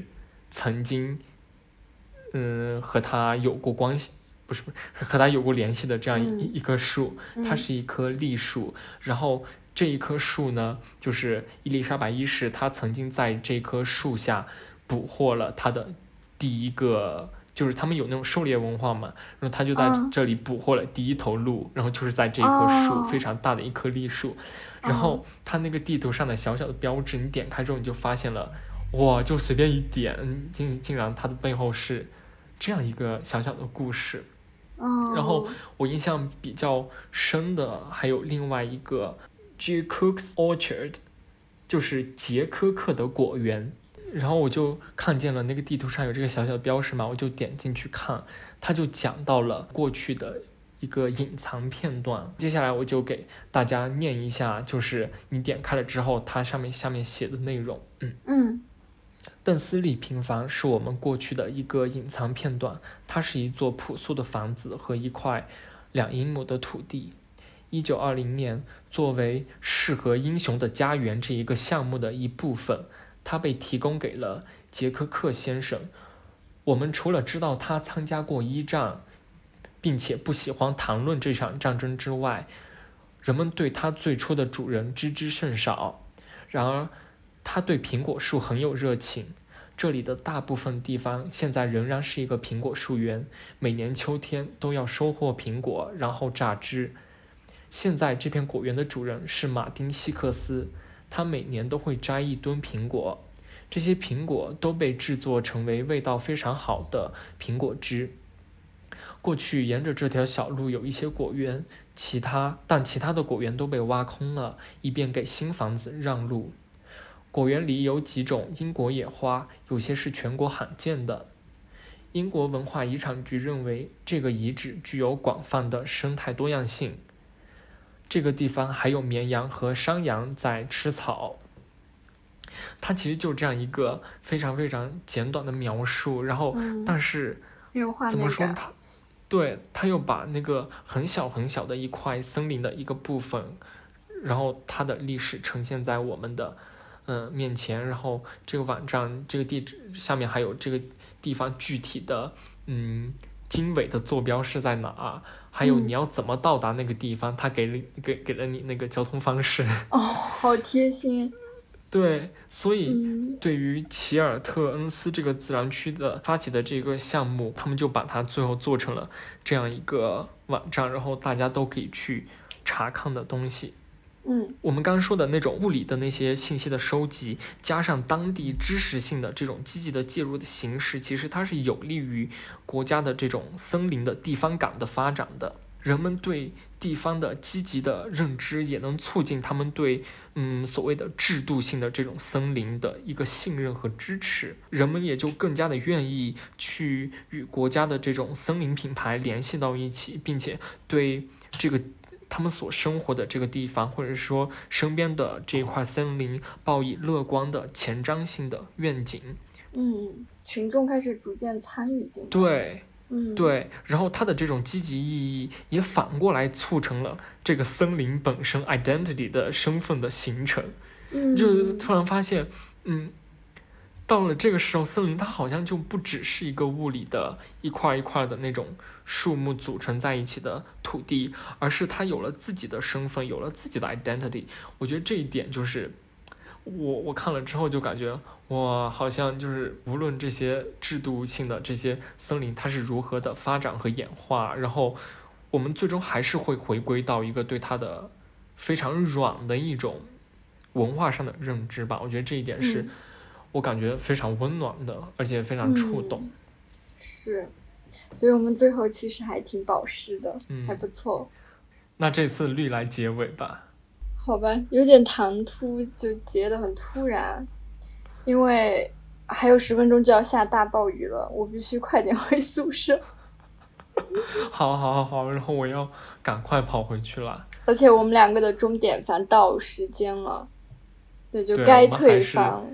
曾经嗯和他有过关系，不是不是和他有过联系的这样一、嗯、一棵树，它是一棵栗树、嗯、然后这一棵树呢，就是伊丽莎白一世她曾经在这棵树下捕获了她的第一个，就是他们有那种狩猎文化嘛，然后他就在这里捕获了第一头鹿、哦、然后就是在这棵树、哦、非常大的一棵栗树，然后他那个地图上的小小的标志，你点开之后你就发现了，哇，就随便一点竟竟然它的背后是这样一个小小的故事、哦、然后我印象比较深的还有另外一个 J. Cook's Orchard， 就是杰科克的果园，然后我就看见了那个地图上有这个小小的标识嘛，我就点进去看，他就讲到了过去的一个隐藏片段。接下来我就给大家念一下，就是你点开了之后它上面下面写的内容。嗯嗯， 邓斯利平房是我们过去的一个隐藏片段，它是一座朴素的房子和一块两英亩的土地。一九二零年，作为适合英雄的家园这一个项目的一部分，它被提供给了杰克克先生。我们除了知道他参加过一战，并且不喜欢谈论这场战争之外，人们对他最初的主人知之甚少。然而，他对苹果树很有热情。这里的大部分地方现在仍然是一个苹果树园，每年秋天都要收获苹果，然后榨汁。现在这片果园的主人是马丁·希克斯，他每年都会摘一吨苹果，这些苹果都被制作成为味道非常好的苹果汁。过去沿着这条小路有一些果园，其他但其他的果园都被挖空了，以便给新房子让路。果园里有几种英国野花，有些是全国罕见的。英国文化遗产局认为这个遗址具有广泛的生态多样性。这个地方还有绵羊和山羊在吃草。它其实就这样一个非常非常简短的描述，然后、嗯、但是怎么说它对它又把那个很小很小的一块森林的一个部分，然后它的历史呈现在我们的嗯面前，然后这个网站这个地址下面还有这个地方具体的嗯经纬的坐标是在哪，还有你要怎么到达那个地方，他、嗯、给了给给了你那个交通方式。 哦，好贴心。 对，所以对于奇尔特恩斯这个自然区的发起的这个项目，他们就把它最后做成了这样一个网站，然后大家都可以去查看的东西。 嗯， 我们刚刚说的那种物理的那些信息的收集，加上当地知识性的这种积极的介入的形式，其实它是有利于国家的这种森林的地方感的发展的。人们对地方的积极的认知，也能促进他们对嗯所谓的制度性的这种森林的一个信任和支持。人们也就更加的愿意去与国家的这种森林品牌联系到一起，并且对这个他们所生活的这个地方，或者说身边的这一块森林，抱以乐观的前瞻性的愿景。 嗯，群众开始逐渐参与进来。 对。 嗯， 对，然后它的这种积极意义也反过来促成了这个森林本身 identity 的身份的形成。 嗯， 就突然发现，嗯，到了这个时候，森林它好像就不只是一个物理的一块一块的那种树木组成在一起的土地，而是它有了自己的身份，有了自己的 identity。我觉得这一点就是我我看了之后就感觉。哇，好像就是无论这些制度性的这些森林它是如何的发展和演化，然后我们最终还是会回归到一个对它的非常软的一种文化上的认知吧。我觉得这一点是我感觉非常温暖的，而且非常触动。 嗯、是，所以我们最后其实还挺保湿的， 嗯、 还不错。 那这次绿来结尾吧。 好吧，有点唐突，就结得很突然。因为还有十分钟就要下大暴雨了，我必须快点回宿舍。 好好好好，然后我要赶快跑回去了。 而且我们两个的钟点房到时间了，对，就该退房。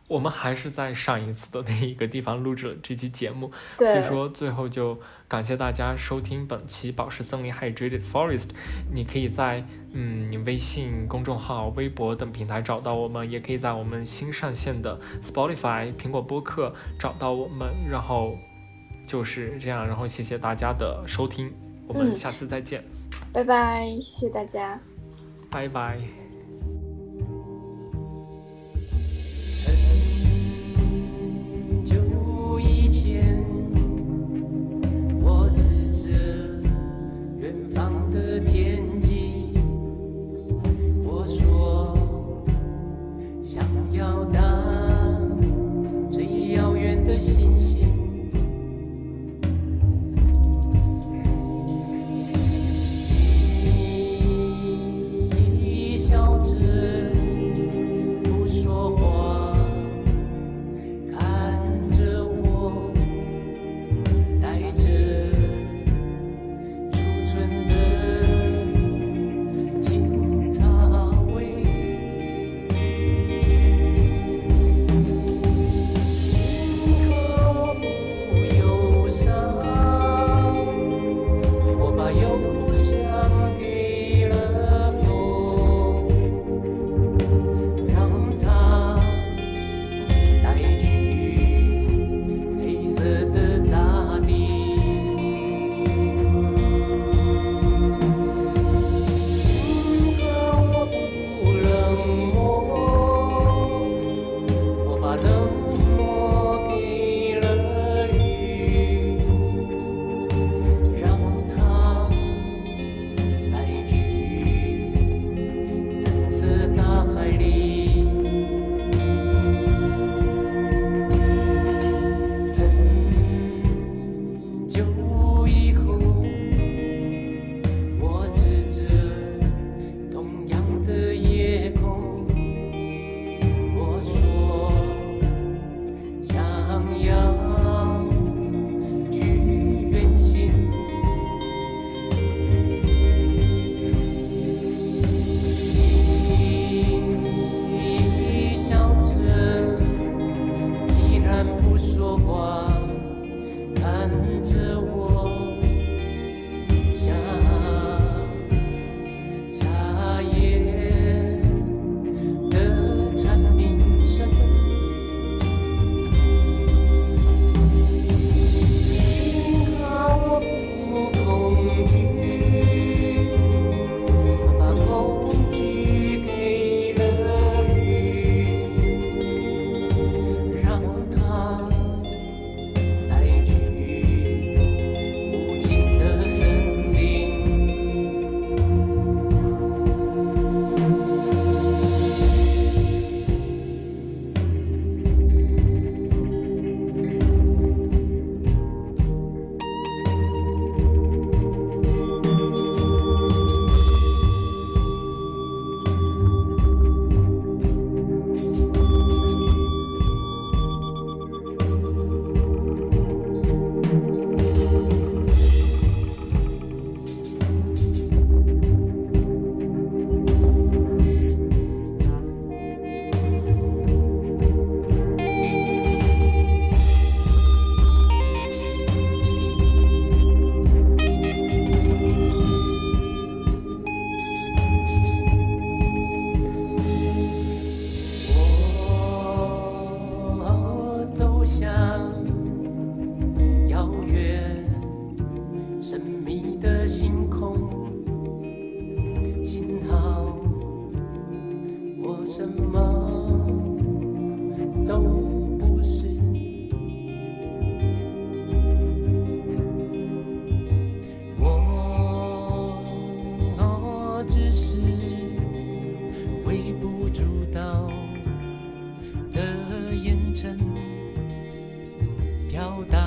我们还是在上一次的那一个地方录制了这期节目， 对， 所以说最后就感谢大家收听本期宝石森林 Hydrated Forest。你可以在嗯微信公众号、微博等平台找到我们，也可以在我们新上线的 Spotify 苹果播客找到我们。然后就是这样，然后谢谢大家的收听，我们下次再见， 嗯、拜拜，谢谢大家， 拜拜。 久以前，我指着远方的天际，我说想要当最遥远的星星。你笑着不说话，什么都不是。我只是微不足道的眼神，表达